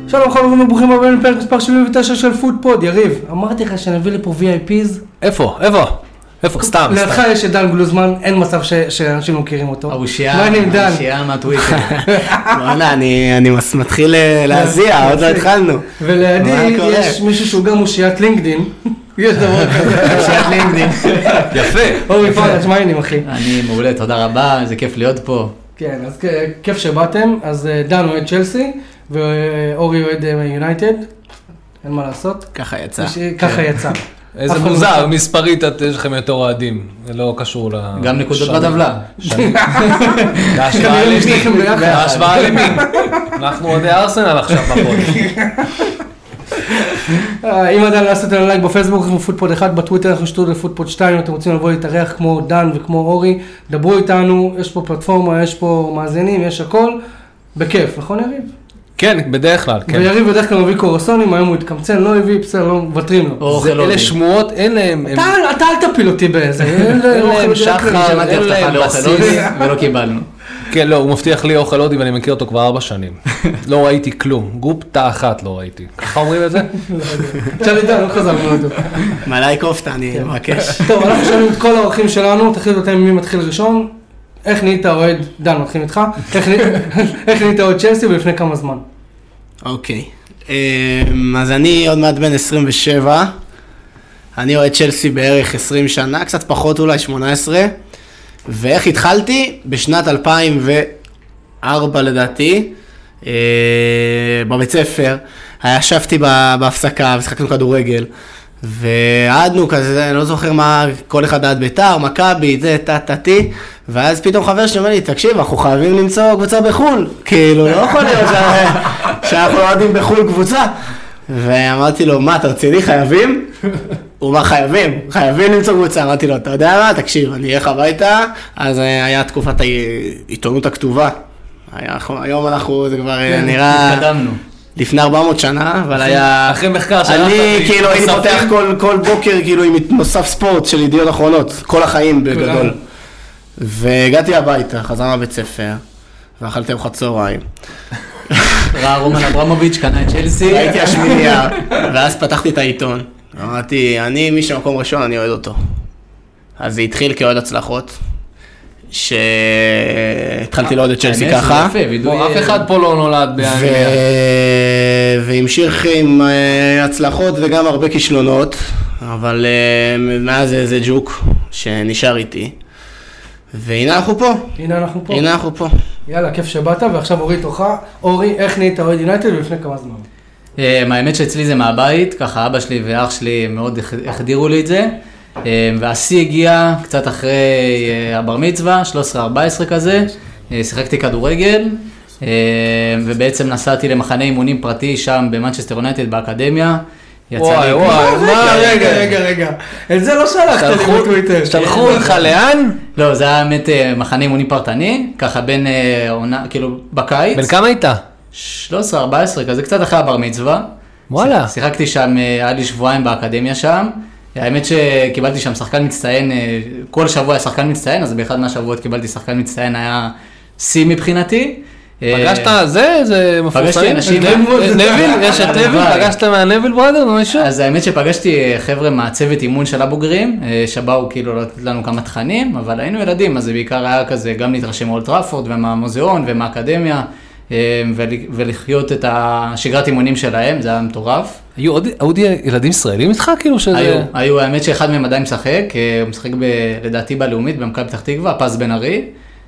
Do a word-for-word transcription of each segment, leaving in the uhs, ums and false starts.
שלום חברים וברוכים הבאים לפרק מספר שבעים ותשע של פודפוד. יריב, אמרתי לך שנביא לפה וי איי פיז. איפה? איפה? איפה? סתם. לידך יש את דן גלוזמן, אין מצב שאנשים לא מכירים אותו. האושייה, האושייה מהטוויטר. בוא'נה, אני מתחיל להזיע, עוד לא התחלנו. ולידי יש מישהו שהוא גם אושיית לינקדין. יש דבר כזה. אושיית לינקדין. יפה. אורי פרנץ', מה העניינים אחי? אני מעולה, תודה רבה, זה כיף להיות פה. כן, אז כיף שבאתם. אז דן אוהד צ'לסי ואורי אוהד יונייטד. אין מה לעשות. ככה יצא. ככה יצא. איזה מוזר, מספרית יש לכם יותר אוהדים, זה לא קשור ל... גם נקודות בטבלה. להשוואה למי? אנחנו אוהדי ארסנל עכשיו בפוד. אם עדיין לעשות לנו לייק בפייסבוק, אנחנו פודפוד אחד, בטוויטר אנחנו שטוד לפודפוד שתיים, אם אתם רוצים לבוא להתארח כמו דן וכמו אורי, דברו איתנו, יש פה פלטפורמה, יש פה מאזינים, יש הכל, בכיף, נכון יריב? כן, בדרך כלל, כן. ויריב בדרך כלל מביא קורסונים, היום הוא התקמצן, לא הביא, בסדר, לא מוותרים לו. אלה שמועות, אין להם... אתה אל תפיל אותי באיזה. אין להם שחר, אין להם בסיס. ולא קיבלנו. כן, לא, הוא מבטיח לי אוכל הודי ואני מכיר אותו כבר ארבע שנים. לא ראיתי כלום, גופתה אחת לא ראיתי. ככה אומרים את זה? אפשר לדעת, לא חזרנו אותו. מלאי קופטה, אני מבקש. טוב, אנחנו שואלים את כל האורחים שלנו, תחליטו אתם מי מתחיל ראשון. איך נהיית אוהד, דן, מתחיל איתך, איך נהיית אוהד צ'לסי ולפני כמה זמן? אוקיי, אז אני עוד מעט בן עשרים ושבע, אני אוהד צ'לסי בערך עשרים שנה, קצת פחות אולי שמונה עשרה, ואיך התחלתי? בשנת אלפיים וארבע לדעתי, בבית ספר, ישבתי בהפסקה ושחקנו כדורגל, ועדנו כזה, אני לא זוכר מה, כל אחד עד ביתר, מכבי, זה, תתתי, ואז פתאום חבר שלי אומר לי, תקשיב, אנחנו חייבים למצוא קבוצה בחול, כאילו, לא יכול להיות שאנחנו לא יודעים בחול קבוצה. ואמרתי לו, מה, אתה רציני, חייבים? הוא אמר, חייבים, חייבים למצוא קבוצה. אמרתי לו, אתה יודע מה, תקשיב, אני אלך הביתה, אז היה תקופת העיתונות הכתובה. היום אנחנו, זה כבר נראה... התקדמנו. לפני ארבע מאות שנה, אבל היה... אחרי מחקר שלך... אני כאילו הייתי פותח כל בוקר כאילו עם נוסף ספורט של ידיעות אחרונות, כל החיים בגדול. והגעתי הביתה, חזרנו לבית ספר, ואכלתי ארוחת צהריים. ראה רומן אברמוביץ', קנה את צ'לסי. הייתי השמיניה, ואז פתחתי את העיתון. אמרתי, אני מי שמקום ראשון, אני אוהד אותו. אז זה התחיל כאוהד הצלחות. שהתחלתי לעוד את צ'לסי ככה. אף אחד פה לא נולד באנגליה. והמשיך עם הצלחות וגם הרבה כישלונות, אבל מאז זה ג'וק שנשאר איתי. והנה אנחנו פה. הנה אנחנו פה. הנה אנחנו פה. יאללה, כיף שבאת, ועכשיו אורי תורך. אורי, איך נהיית אוהד יונייטד ולפני כמה זמן? האמת שאצלי זה מהבית, ככה אבא שלי ואח שלי מאוד החדירו לי את זה. והשיא הגיע קצת אחרי הבר מצווה, שלוש עשרה ארבע עשרה כזה, שיחקתי כדורגל, ובעצם נסעתי למחנה אימונים פרטי שם במנצ'סטר יונייטד באקדמיה. וואי וואי, מה רגע רגע רגע, את זה לא שלחת לי בטוויטר. שלחו אותך לאן? לא, זה היה באמת מחנה אימונים פרטני, ככה בין עונה, כאילו בקיץ. בין כמה היית? שלוש עשרה ארבע עשרה כזה, קצת אחרי הבר מצווה. וואלה. שיחקתי שם, היה לי שבועיים באקדמיה שם. האמת שקיבלתי שם שחקן מצטיין, כל שבוע היה שחקן מצטיין, אז באחד מהשבועות קיבלתי שחקן מצטיין, היה שיא מבחינתי. פגשת זה? זה מפורסם? פגשתי אנשים... נביל? יש את נביל? פגשת מהנביל ברדר או משהו? אז האמת שפגשתי חבר'ה מהצוות אימון של הבוגרים, שבאו כאילו לתת לנו כמה תכנים, אבל היינו ילדים, אז זה בעיקר היה כזה גם להתרשם מאולד טראפורד ומהמוזיאון ומהאקדמיה, ולחיות את השגרת אימונים שלהם, זה היה מטורף. היו עוד ילדים ישראלים איתך כאילו שזה... היו, היו, האמת שאחד מהם עדיין משחק, הוא משחק לדעתי בלאומית, במכבי פתח תקווה, פס בן ארי.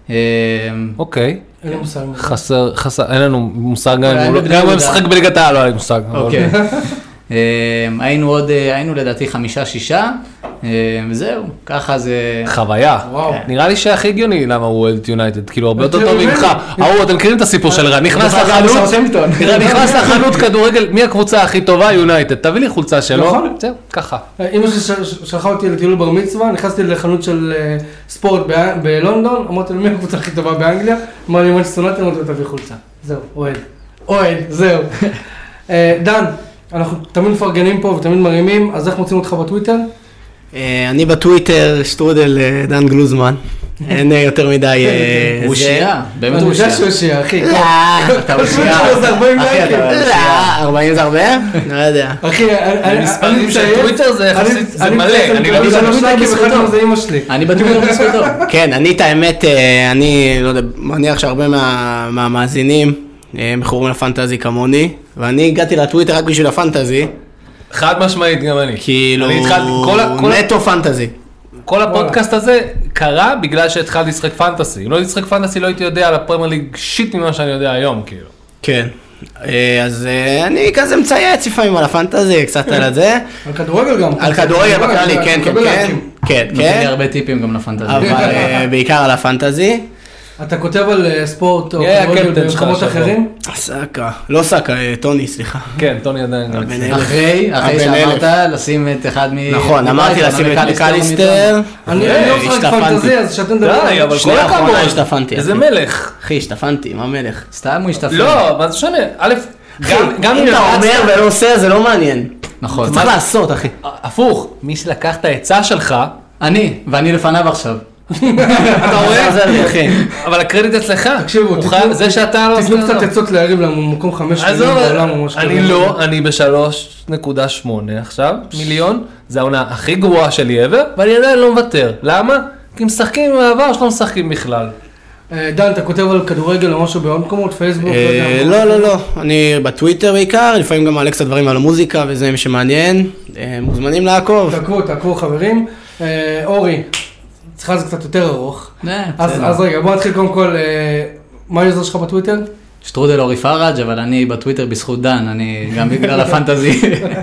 אוקיי. אין לי מושג. חסר, חסר, אין לנו מושג, גם אם משחק בליגת העל, לא היה לי מושג. אוקיי. היינו עוד, היינו לדעתי חמישה, שישה, וזהו, ככה זה... חוויה. נראה לי שהכי הגיוני למה הוא אוהד יונייטד, כאילו הרבה יותר טוב ממך. ההוא, אתם מכירים את הסיפור של רן, נכנס לחנות, נכנס לחנות כדורגל, מי הקבוצה הכי טובה? יונייטד, תביא לי חולצה שלו. זהו, ככה. אמא ששלחה אותי לטיול בר מצווה, נכנסתי לחנות של ספורט בלונדון, אמרתי לו מי הקבוצה הכי טובה באנגליה, אמר לי מנצ'סטר יונייטד, אמרתי לו תביא חולצה. זהו, אוהד. אוהד, זהו. דן, אנחנו תמיד מפרגנים פה ותמיד מרימים, אז איך מוצאים אותך בטוויטר? אני בטוויטר שטרודל דן גלוזמן. אין יותר מדי... הוא שיעה, באמת אני הוא יודע שיעה. שהוא שיעה, אחי. לא, אתה הוא כל שיעה. שלו זה ארבעים אחי, אתה לייקים. הוא שיעה. ארבעים זה הרבה? לא יודע. אחי, אני- אני מספרים של מציין- טוויטר זה אני- יחסית- זה אני מלא, מציין, אני מקבל לא יודע, שלוש אני לייקים, בזכותו. אחד מהם זה אמא שלי. אני בטוויטר בזכותו. כן, אני את האמת, אה, אני לא יודע, מניח שהרבה מה- מהמאזינים אה, מכורים לפנטזי כמוני, ואני הגעתי לטוויטר רק בשביל הפנטזי, חד משמעית גם אני. כאילו, אני התחלתי, כל ה- כל ה- נטו פנטזי. כל הפודקאסט הזה קרה בגלל שהתחלתי לשחק פנטסי. אם לא הייתי לשחק פנטסי לא הייתי יודע על הפרמייר ליג שיט ממה שאני יודע היום, כאילו. כן. אה, אז אה, אני כזה מצייץ לפעמים על הפנטזי, קצת על זה. על כדורגל גם. על כדורגל בכללי, אתה כן, כן, מקבל כן. לייקים. כן, נותן לי כן. הרבה טיפים גם לפנטזיה. אבל אה, בעיקר על הפנטזי. אתה כותב על אה, ספורט או יהיה כדורגל הקפטן שלך במקומות השבוע. אחרים? סאקה. לא סאקה, אה, טוני, סליחה. כן, טוני עדיין גם. הבן אלף. אחרי, אחרי הבן שאמרת אלף. לשים את אחד מ... נכון, אמרתי לשים את מקליסטר. אני אה, אני לא משחק השתפנתי. פנטזי, אז שאתם מדברים... די, אבל כל שנייה הכבוד. האחרונה השתפנתי, איזה אחי. מלך. אחי, השתפנתי, מה מלך? סתם הוא השתפר. לא, מה זה שונה? א', גם גם אם אתה אומר ולא עושה, זה לא מעניין. נכון. צריך לעשות, אחי. הפוך, מי שלקח את העצה שלך, אני, ואני לפניו עכשיו. אתה רואה? זה זה, אחי. אבל הקרדיט אצלך. תקשיבו, הוא תתנו- חי- זה שאתה לא... תתנו קצת עצות ליריב למקום חמש עזוב, מיליון בעולם או משהו אני כזה. לא, אני ב-שלוש נקודה שמונה עכשיו, מיליון, זה העונה הכי גרועה שלי ever, ואני עדיין לא מוותר. למה? כי משחקים עם העבר שלא משחקים בכלל. אה, דן, אתה כותב על כדורגל או משהו בעוד מקומות, פייסבוק? אה, יודע. לא, לא, לא. אני בטוויטר בעיקר, לפעמים גם מעלה קצת דברים על המוזיקה וזה מי שמעניין. אה, מוזמנים לעקוב. תעקבו, תעקבו חברים. אה, אורי, צריכה זה קצת יותר ארוך. אה, אז בסדר. אז רגע, בוא נתחיל קודם כל, אה, מה היוזר שלך בטוויטר? שטרודל אורי פראג', אבל אני בטוויטר בזכות דן, אני גם בגלל הפנטזי.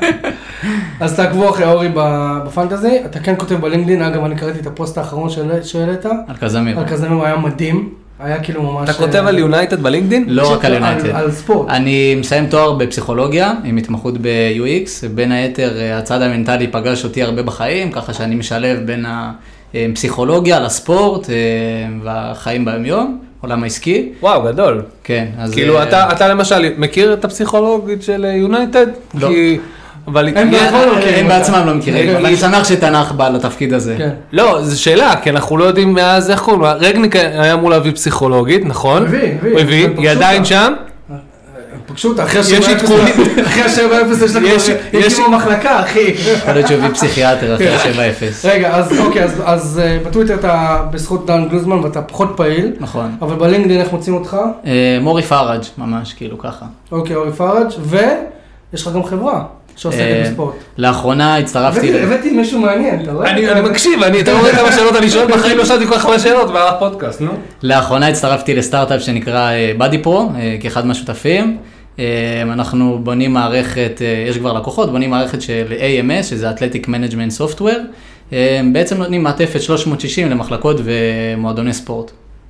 אז תעקבו אחרי אורי ב- בפנטזי, אתה כן כותב בלינקדין, אגב אני קראתי את הפוסט האחרון שהעלה- שהעלית, על קזמיר. על כזה הוא היה מדהים, היה כאילו ממש... אתה כותב אה, על יונייטד בלינקדין? לא רק על יונייטד. על ספורט. אני מסיים תואר בפסיכולוגיה, עם התמחות ב-יו אקס, בין היתר הצד המנטלי פגש אותי הרבה בחיים, ככה שאני משלב בין הפסיכולוגיה לספורט והחיים ביום-יום, עולם העסקי. וואו, גדול. כן, אז... כאילו, אתה אתה למשל מכיר את הפסיכולוגית של יונייטד? לא. כי... אבל... הם יש- בעצמם לא מכירים הם אותה. בעצמם לא מכירים, רגע, אבל אני שמח שתנ"ך בא לתפקיד הזה. כן. לא, זו שאלה, כי אנחנו לא יודעים מאז איך קוראים לה. רגניק היה אמור להביא פסיכולוגית, נכון? הביא, הביא. הוא הביא, הם פגשו היא עדיין אותה. שם? פגשו אותה, אחרי יש שבע אפס, עדכונים. אחרי השבע אפס יש לה יש- כבר, יש- יש כמו מחלקה, אחי. יכול להיות שהוא הביא פסיכיאטר אחרי שבע אפס. רגע, אז אוקיי, אז- אז אה, בטוויטר אתה בזכות דן גלוזמן ואתה פחות פעיל, נכון. אבל בלינקדין איך מוצאים אותך? אה, מורי פראג' ממש, כאילו ככה. אוקיי, אורי פראג', ויש לך גם חברה שעוסקת אה, בספורט. לאחרונה הצטרפתי... הבאתי- ל- הבאתי מישהו מעניין, אתה רואה? אני אני מקשיב, אני, אתה רואה כמה שאלות אני שואל, בחיים לא שאלתי כל כך הרבה שאלות בפודקאסט, נו. לאחרונה הצטרפתי לסטארט-אפ שנקרא בדי פרו, כאחד מהשותפים. אה, אנחנו בונים מערכת, אה, יש כבר לקוחות, בונים מערכת של איי אם אס, שזה Athletic Management Software. אה, בעצם נותנים מעטפת שלוש מאות שישים למחלקות ומועדוני ספורט.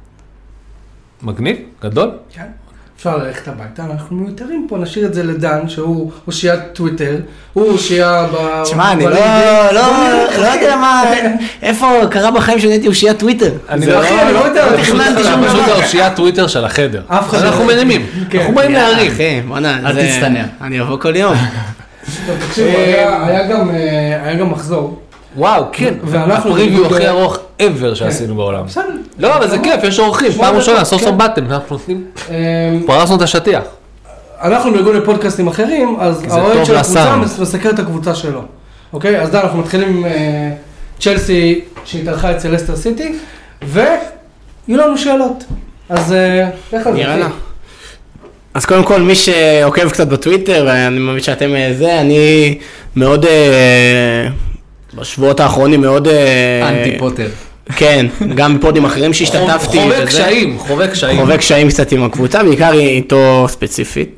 מגניב, גדול. כן. אפשר ללכת הביתה, אנחנו מיותרים פה, נשאיר את זה לדן, שהוא אושיית טוויטר, הוא אושייה ב... תשמע, אני לא, בלינקדין. לא, לא יודע מה, איפה קרה בחיים שאני הייתי אושיית טוויטר. אני זה לא- אחי, אני לא יודע, לא תכננתי אתה שום פשוט דבר. האושיית טוויטר של החדר. אף אחד אנחנו לא- מרימים, כן. אנחנו באים יאללה, להרים. אחי, בוא'נה, אל זה- תצטנע. אני אבוא כל יום. טוב, תקשיבו, היה- היה גם, אה, היה גם מחזור. וואו, כן, ואנחנו- הפריוויו הכי ארוך ever שעשינו בעולם. בסדר. לא, אבל זה כיף, יש אורחים, שמונה פעם ראשונה, דקות, סוף סוף כן. באתם, אנחנו נותנים, אה, פרסנו את השטיח. אנחנו בארגון לפודקאסטים אחרים, אז זה האוהד טוב של הקבוצה לסאונד. מס- מסקר את הקבוצה שלו. אוקיי? אז דן, אנחנו מתחילים עם אה, צ'לסי שהתארחה אצל לסטר סיטי, ויהיו לנו שאלות. אז אה, איך על זה? יאללה. אחי? אז קודם כל, מי שעוקב קצת בטוויטר, ואני מאמין שאתם אה, זה, אני מאוד, אה, בשבועות האחרונים מאוד... אה, אנטי פוטר. כן, גם בפודים אחרים שהשתתפתי. חווה וזה. קשיים, חווה קשיים. חווה קשיים קצת עם הקבוצה, בעיקר איתו ספציפית.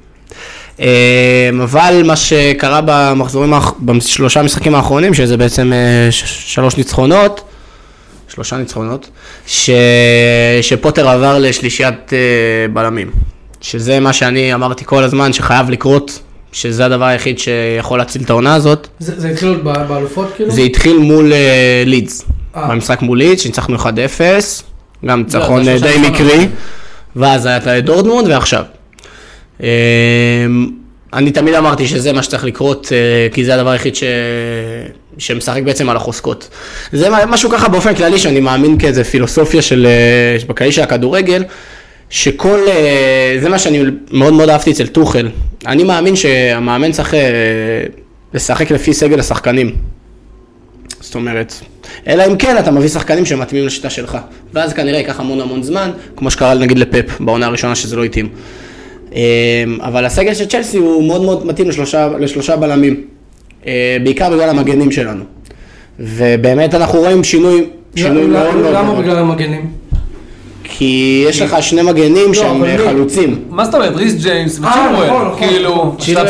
אה, אבל מה שקרה במחזורים, האח- בשלושה משחקים האחרונים, שזה בעצם אה, ש- שלוש ניצחונות, שלושה ניצחונות, ש... שפוטר עבר לשלישיית אה, בלמים. שזה מה שאני אמרתי כל הזמן שחייב לקרות, שזה הדבר היחיד שיכול להציל את העונה הזאת. זה זה התחיל עוד ב- באלופות כאילו? זה התחיל מול אה, לידס, אה. במשחק מול לידס, שניצחנו אחד אפס, גם ניצחון זה אה, שלושה די ניצחונות. מקרי, ואז היה את דורטמונד ועכשיו. אה, אני תמיד אמרתי שזה מה שצריך לקרות, כי זה הדבר היחיד ש... שמשחק בעצם על החוזקות. זה משהו ככה באופן כללי שאני מאמין כאיזה פילוסופיה של בקאי של הכדורגל, שכל, זה מה שאני מאוד מאוד אהבתי אצל טוחל. אני מאמין שהמאמן צריך לשחק לפי סגל השחקנים. זאת אומרת, אלא אם כן אתה מביא שחקנים שמתאימים לשיטה שלך. ואז כנראה ייקח המון המון זמן, כמו שקרה נגיד לפפ בעונה הראשונה שזה לא התאים. אבל הסגל של צ'לסי הוא מאוד מאוד מתאים לשלושה, לשלושה בלמים. בעיקר בגלל המגנים שלנו. ובאמת אנחנו רואים שינוי, שינוי מאוד מאוד. למה בגלל המגנים? כי יש לך שני מגנים שהם חלוצים. מה זאת אומרת? ריס ג'יימס וצ'ילואל, כאילו, שאתה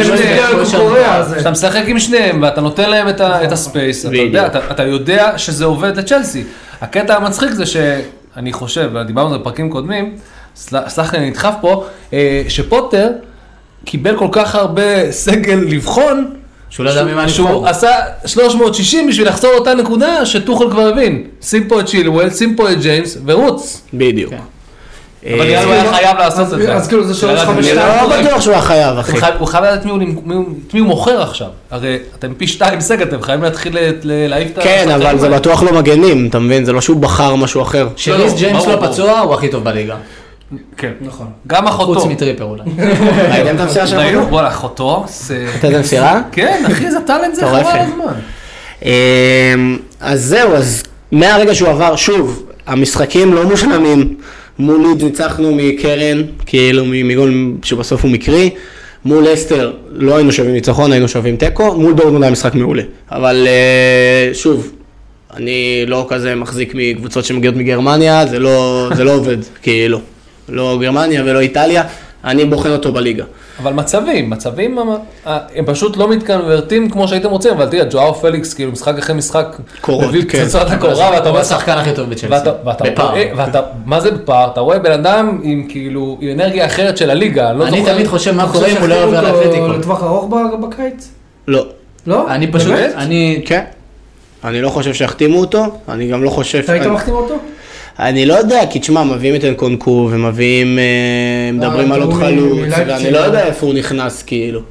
משחק עם שניהם ואתה נותן להם את הספייס, אתה יודע שזה עובד לצ'לסי. הקטע המצחיק זה שאני חושב, ודיברנו על זה בפרקים קודמים, סלח לי, אני נדחף פה, שפוטר קיבל כל כך הרבה סגל לבחון, שהוא לא יודע ממה לבחור. שהוא עשה שלוש מאות שישים בשביל לחזור אותה נקודה שטוחל כבר הבין. שים פה את צ'ילואל, שים פה את ג'יימס ורוץ. בדיוק. אבל נראה הוא היה חייב לעשות את זה. אז כאילו זה שלוש חמש שתיים. אני לא בטוח שהוא היה חייב, אחי. הוא חייב לדעת מי הוא מוכר עכשיו. הרי אתם פי שתיים סגל, אתם חייבים להתחיל להעיף את ה... כן, אבל זה בטוח לא מגנים, אתה מבין? זה לא שהוא בחר משהו אחר. שריס ג'יימס לא פצוע, הוא הכי טוב בליגה. כן, נכון. גם אחותו. חוץ מטריפר אולי. ראיתם את המסירה שלנו? ראינו, בואלה, אחותו. אתה יודע מסירה? כן, אחי, איזה טלנט זה חבל הזמן. אז זהו, אז מהרגע שהוא עבר, שוב, המשחקים לא מושלמים. מול לידס ניצחנו מקרן, כאילו מגול שבסוף הוא מקרי. מול אסטר לא היינו שווים ניצחון, היינו שווים טקו. מול דורטמונד היה משחק מעולה. אבל שוב, אני לא כזה מחזיק מקבוצות שמגיעות מגרמניה, זה לא, זה לא עובד, כאילו. לא גרמניה ולא איטליה, אני בוחן אותו בליגה. אבל מצבים, מצבים, הם פשוט לא מתקנברטים כמו שהייתם רוצים, אבל תראה, ג'ואאו פליקס, כאילו משחק אחרי משחק, קורות, כן. פצצת הקורה, ואתה רואה השחקן הכי טוב בצ'לסי. בפער. מה זה בפער? אתה רואה בן אדם עם כאילו, עם אנרגיה אחרת של הליגה. אני תמיד חושב מה קורה אם הוא לא עובר לאתלטיקו. לטווח ארוך בקיץ? לא. לא? אני פשוט, אני... כן. אני לא חושב שהחתימו אותו, אני גם לא חושב... אתה היית מחתים אותו? אני לא יודע, כי תשמע, מביאים את אנקונקו ומביאים, מדברים על עוד חלוץ, ואני לא יודע איפה הוא נכנס, כאילו.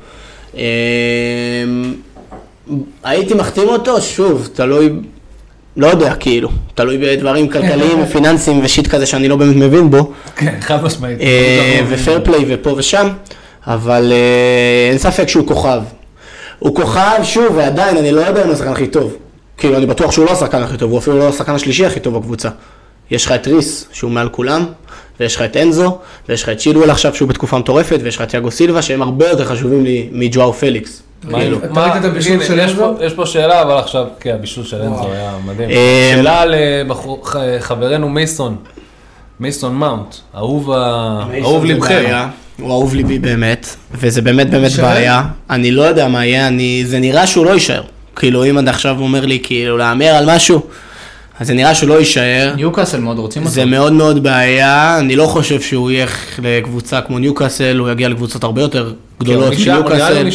הייתי מחתים אותו, שוב, תלוי, לא יודע, כאילו, תלוי בדברים כלכליים ופיננסיים ושיט כזה שאני לא באמת מבין בו. כן, חד משמעית. ופייר פליי ופה ושם, אבל אין ספק שהוא כוכב. הוא כוכב, שוב, ועדיין אני לא יודע אם הוא השחקן הכי טוב. כאילו, אני בטוח שהוא לא השחקן הכי טוב, הוא אפילו לא השחקן השלישי הכי טוב בקבוצה. יש לך את ריס, שהוא מעל כולם, ויש לך את אנזו, ויש לך את צ'ילואל עכשיו, שהוא בתקופה מטורפת, ויש לך את תיאגו סילבה, שהם הרבה יותר חשובים לי מג'ואאו פליקס. אתה ראית את הבישול של אנזו? יש פה שאלה, אבל עכשיו, כן, הבישול של אנזו היה מדהים. שאלה לחברנו מייסון, מייסון מאונט, אהוב לבכם. הוא אהוב ליבי באמת, וזה באמת באמת בעיה. אני לא יודע מה יהיה, זה נראה שהוא לא יישאר. כאילו, אם עד עכשיו אומר לי, כאילו, להאמר על משהו, אז זה נראה שהוא לא יישאר. ניוקאסל מאוד רוצים אותו. זה מאוד מאוד בעיה, אני לא חושב שהוא ילך לקבוצה כמו ניוקאסל, הוא יגיע לקבוצות הרבה יותר גדולות מניוקאסל.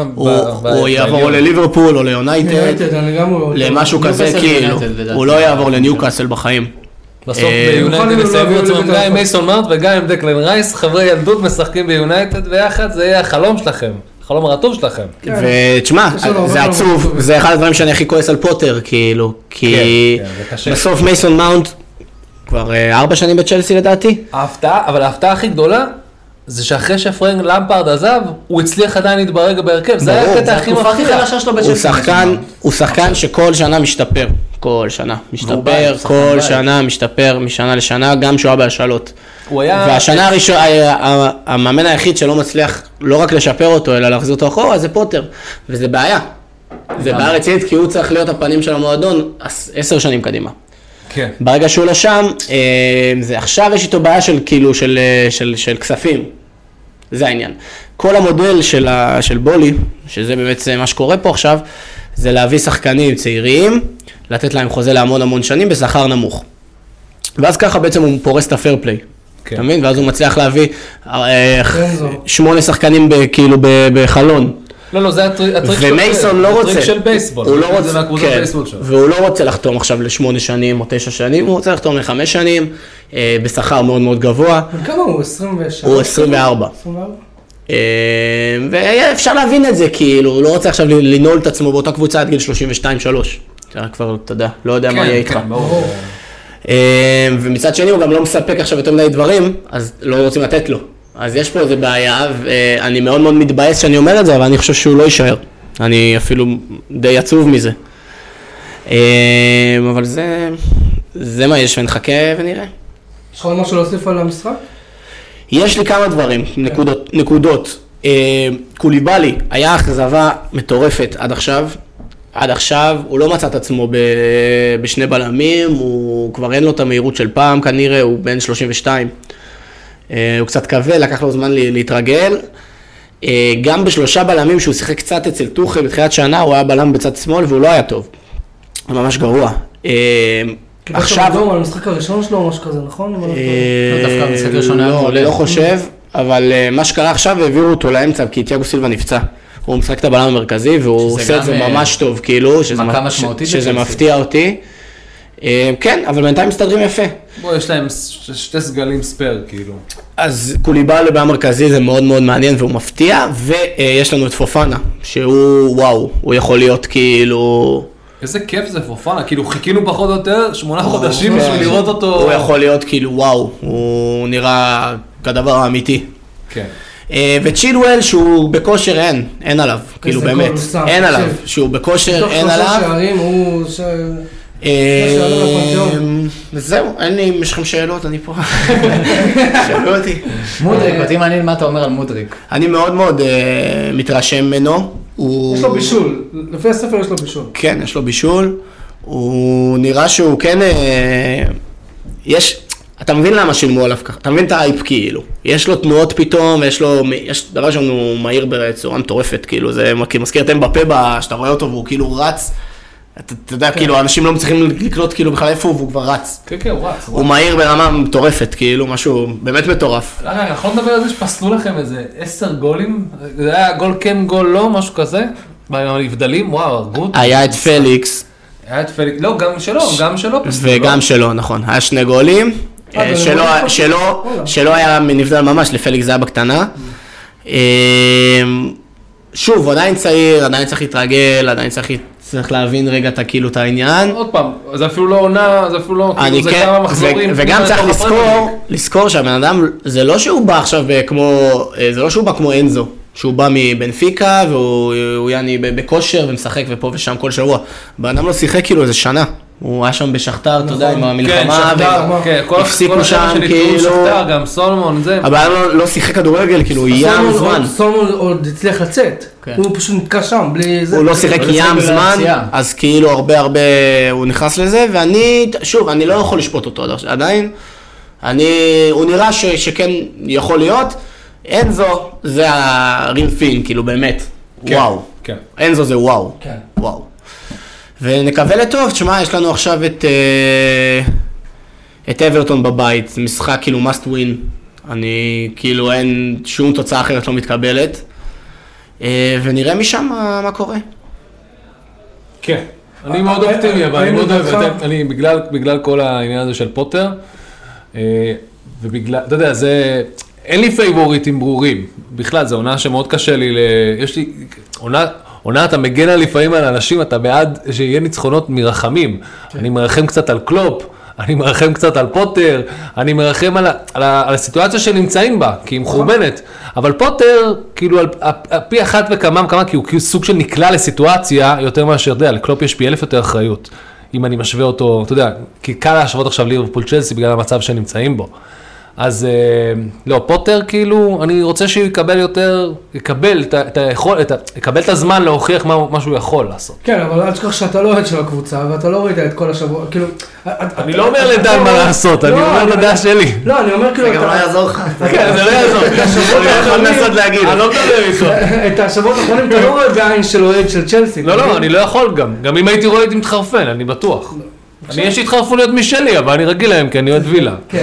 הוא יעבור לליברפול או ליונייטד, למשהו כזה, כאילו, הוא לא יעבור לניוקאסל בחיים. בסוף ביונייטד יסיימו עצמם גם עם מייסון מאונט וגם עם דקלן רייס, חברי ילדות משחקים ביונייטד ויחד, זה יהיה החלום שלכם. החלום הרטוב שלכם. ותשמע, זה עצוב, זה אחד הדברים שאני הכי כועס על פוטר, כאילו, כי בסוף מייסון מאונט כבר ארבע שנים בצ'לסי לדעתי. ההפתעה, אבל ההפתעה הכי גדולה, זה שאחרי שפרנק למפרד עזב, הוא הצליח עדיין להתברג בהרכב, זה היה הקטע הכי מפחיד. הוא שחקן שכל שנה משתפר, כל שנה משתפר, כל שנה משתפר, משנה לשנה, גם שהוא היה בהשאלות. והשנה הראשונה, המאמן היחיד שלא מצליח לא רק לשפר אותו, אלא להחזיר אותו אחורה, זה פוטר. וזה בעיה. זה בעיה רצינית, כי הוא צריך להיות הפנים של המועדון עשר שנים קדימה. כן. ברגע שהוא לא שם, זה עכשיו יש איתו בעיה של כאילו, של, של, של כספים. זה העניין. כל המודל של, ה, של בולי, שזה באמת מה שקורה פה עכשיו, זה להביא שחקנים צעירים, לתת להם חוזה להמון המון שנים בשכר נמוך. ואז ככה בעצם הוא פורס את הפייר פליי. אתה מבין? ואז הוא מצליח להביא שמונה שחקנים כאילו בחלון. לא, לא, זה הטריק של בייסבול. והוא לא רוצה לחתום עכשיו לשמונה שנים או תשע שנים, הוא רוצה לחתום לחמש שנים, בשכר מאוד מאוד גבוה. וכמה הוא? עשרים ושלוש? הוא עשרים וארבע. ואפשר להבין את זה, כאילו, הוא לא רוצה עכשיו לנעול את עצמו באותה קבוצה עד גיל שלושים ושתיים שלוש. זה כבר, אתה יודע, לא יודע מה יהיה איתך. ומצד שני הוא גם לא מספק עכשיו יותר מדי דברים, אז לא רוצים לתת לו. אז יש פה איזה בעיה, ואני מאוד מאוד מתבאס שאני אומר את זה, אבל אני חושב שהוא לא יישאר. אני אפילו די עצוב מזה. אבל זה, זה מה יש, ונחכה ונראה. יש לך עוד משהו להוסיף על המשחק? יש לי כמה דברים, נקודות, נקודות. קוליבאלי היה אכזבה מטורפת עד עכשיו. עד עכשיו הוא לא מצא את עצמו בשני בלמים, הוא כבר אין לו את המהירות של פעם כנראה, הוא בן שלושים ושתיים. הוא קצת כבד, לקח לו זמן להתרגל. גם בשלושה בלמים שהוא שיחק קצת אצל טוחל בתחילת שנה, הוא היה בלם בצד שמאל והוא לא היה טוב. הוא ממש גרוע. עכשיו... על המשחק הראשון שלו או משהו כזה, נכון? דווקא המשחק הראשון היה מעולה. לא חושב, אבל מה שקרה עכשיו העבירו אותו לאמצע, כי תיאגו סילבה נפצע. הוא משחק את הבלם המרכזי והוא עושה את זה ממש טוב, כאילו, שזה מפתיע אותי. כן, אבל בינתיים מסתדרים יפה. בוא, יש להם שתי סגלים ספר, כאילו. אז קוליבאלי במרכזי זה מאוד מאוד מעניין והוא מפתיע, ויש לנו את פופנה, שהוא, וואו, הוא יכול להיות כאילו... איזה כיף זה פופנה, כאילו חיכינו פחות או יותר, שמונה חודשים בשביל לראות אותו. הוא יכול להיות כאילו, וואו, הוא נראה כדבר האמיתי. כן. וצ'ילואל שהוא בכושר אין, אין עליו, כאילו באמת, אין עליו, שהוא בכושר אין עליו. תוך שלושה שערים הוא... וזהו, אין לי, יש לכם שאלות, אני פה. שאלו אותי. מודריק, אותי מעניין מה אתה אומר על מודריק. אני מאוד מאוד מתרשם ממנו. יש לו בישול, לפי הספר יש לו בישול. כן, יש לו בישול. הוא נראה שהוא כן, יש, אתה מבין למה שילמו עליו ככה, אתה מבין את האייפ כאילו. יש לו תנועות פתאום, ויש לו, יש דבר שהוא מהיר בצורה מטורפת, כאילו, זה מזכיר את אמבפה, שאתה רואה אותו והוא כאילו רץ, אתה יודע, כאילו, אנשים לא מצליחים לקלוט כאילו בכלל איפה הוא, והוא כבר רץ. כן, כן, הוא רץ. הוא מהיר ברמה מטורפת, כאילו, משהו באמת מטורף. רגע, אנחנו לא נדבר על זה שפסלו לכם איזה עשר גולים, זה היה גול כן, גול לא, משהו כזה, בהבדלים, וואו, הרגות. היה את פליקס. היה את פליקס, לא, גם שלו, גם שלו פסלו. וגם שלו, נכון. היה שני גולים, שלו היה נבדל ממש, לפליקס זה היה בקטנה. שוב, עדיין צעיר, עדיין צריך להתרגל, עדיין צריך... צריך להבין רגע את כאילו את העניין. עוד פעם, זה אפילו לא עונה, זה אפילו לא, כאילו זה כמה מחזורים. וגם צריך לזכור, לזכור שהבן אדם, זה לא שהוא בא עכשיו כמו, זה לא שהוא בא כמו אנזו, שהוא בא מבנפיקה והוא יעני בכושר ומשחק ופה ושם כל שבוע. בן אדם לא שיחק כאילו איזה שנה. הוא היה שם בשכתר, אתה יודע, עם המלחמה, והפסיקו שם, כאילו... גם סולומון, זה... אבל לא שיחק כדורגל, כאילו, ים זמן. סולומון עוד הצליח לצאת, הוא פשוט נתקע שם, בלי זה. הוא לא שיחק ים זמן, אז כאילו הרבה הרבה הוא נכנס לזה, ואני, שוב, אני לא יכול לשפוט אותו עדיין, הוא נראה שכן יכול להיות, אנזו זה הרינפין, כאילו, באמת, וואו. אנזו זה וואו, וואו. ונקווה לטוב, תשמע, יש לנו עכשיו את, את אברטון בבית, זה משחק כאילו must win, אני כאילו אין שום תוצאה אחרת לא מתקבלת, ונראה משם מה, מה קורה. כן, אני מאוד אופטימי, אבל אני מאוד אוהב, אני בגלל, בגלל כל העניין הזה של פוטר, ובגלל, אתה יודע, זה, אין לי פייבוריטים ברורים, בכלל, זה עונה שמאוד קשה לי, יש לי עונה, עונה, אתה מגן על לפעמים על אנשים, אתה בעד שיהיה ניצחונות מרחמים. אני מרחם קצת על קלופ, אני מרחם קצת על פוטר, אני מרחם על, על, על הסיטואציה שנמצאים בה, כי היא מחורבנת. אבל פוטר, כאילו, על, על, על פי אחת וכמה וכמה, כי הוא כאילו סוג של נקלע לסיטואציה, יותר מאשר, יודע, לקלופ יש פי אלף יותר אחריות. אם אני משווה אותו, אתה יודע, כי קל להשוות עכשיו ליברפול צ'לסי בגלל המצב שנמצאים בו. אז לא, פוטר כאילו, אני רוצה שהוא יקבל יותר, יקבל את היכול, יקבל את הזמן להוכיח מה שהוא יכול לעשות. כן, אבל אל תשכח שאתה לא עד של הקבוצה, ואתה לא ראית את כל השבוע, כאילו... אני לא אומר לדע מה לעשות, אני אומר לדע שלי. לא, אני אומר כאילו... זה גם לא יעזור לך. כן, זה לא יעזור. אני לא יכול להגיד. אני לא מדבר איתו. את השבועות האחרונים אתה לא רואה בעין של אוהד של צ'לסי. לא, לא, אני לא יכול גם. גם אם הייתי רואה הייתי מתחרפן, אני בטוח. אני יש התחרפוניות משלי, אבל אני רגיל להם, כי אני אוהד וילה. כן.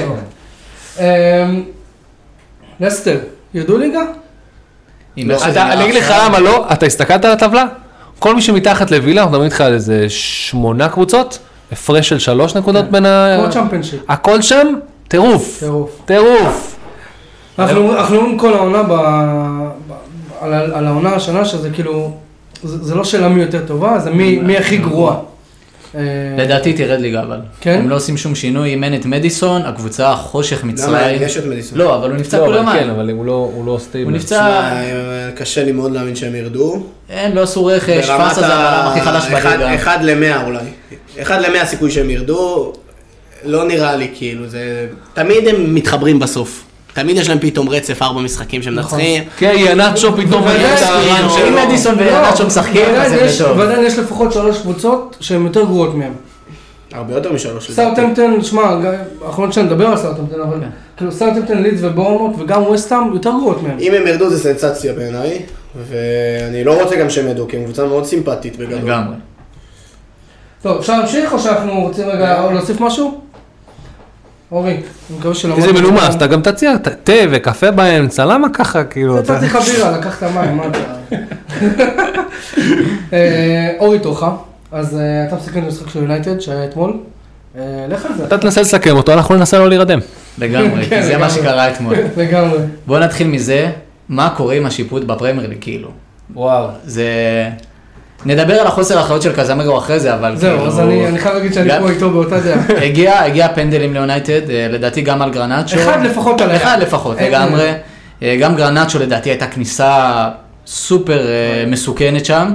לסטר, ירדו ליגה? אני אגיד לך למה לא, אתה הסתכלת על הטבלה? כל מי שמתחת לווילה, אנחנו מדברים איתך על איזה שמונה קבוצות, הפרש של שלוש נקודות בין ה... כל צ'אמפיונשיפ. הכל שם, טירוף. טירוף. טירוף. אנחנו אומרים כל העונה על, על העונה השנה, שזה כאילו, זה, זה לא שאלה מי יותר טובה, זה מי, מי הכי גרוע. לדעתי תרד ליגה אבל. כן? הם לא עושים שום שינוי, אם אין את מדיסון, הקבוצה חושך מצרים. למה? יש את מדיסון. לא, אבל הוא נפצע כל יומיים. כן, אבל הוא לא סטייבל. הוא נפצע... קשה לי מאוד להאמין שהם ירדו. אין, לא עשו רכש, פאסה זה העולם הכי חלש בליגה. אחד למאה אולי. אחד למאה הסיכוי שהם ירדו, לא נראה לי כאילו, זה... תמיד הם מתחברים בסוף. תמיד יש להם פתאום רצף, ארבע משחקים שהם נצחים. כן, ינאצ'ו פתאום את הרן שלו. אם מדיסון וינאצ'ו משחקים, אז זה טוב. ועדיין יש לפחות שלוש קבוצות שהן יותר גרועות מהם. הרבה יותר משלוש. סאות'המפטון, שמע, האחרון שאני מדבר על סאות'המפטון, אבל כאילו סאות'המפטון, לידס ובורנמוט וגם ווסט-האם יותר גרועות מהם. אם הם ירדו זה סנסציה בעיניי, ואני לא רוצה גם שהם ירדו, כי הם קבוצה מאוד סימפטית בגדול. לגמרי. טוב, אפשר להמשיך או שאנחנו רוצים רגע להוסיף משהו? אורי, אני מקווה שלמוד. איזה מנומס, אתה גם תציע תה וקפה באמצע, למה ככה כאילו? אתה צריך בירה, לקחת מים, מה אתה? אורי תורך, אז אתה מסכם את המשחק של יונייטד שהיה אתמול, לך על זה. אתה תנסה לסכם אותו, אנחנו ננסה לא להירדם. לגמרי, כי זה מה שקרה אתמול. לגמרי. בואו נתחיל מזה, מה קורה עם השיפוט בפרמייר ליג כאילו. וואו. זה... נדבר על החוסר האחריות של קזמירו אחרי זה, אבל כאילו... זהו, אז אני חייב להגיד שאני פה איתו באותה דעה. הגיע, הגיע פנדלים ליונייטד, לדעתי גם על גרנצ'ו. אחד לפחות על אחד לפחות, לגמרי. גם גרנצ'ו לדעתי הייתה כניסה סופר מסוכנת שם.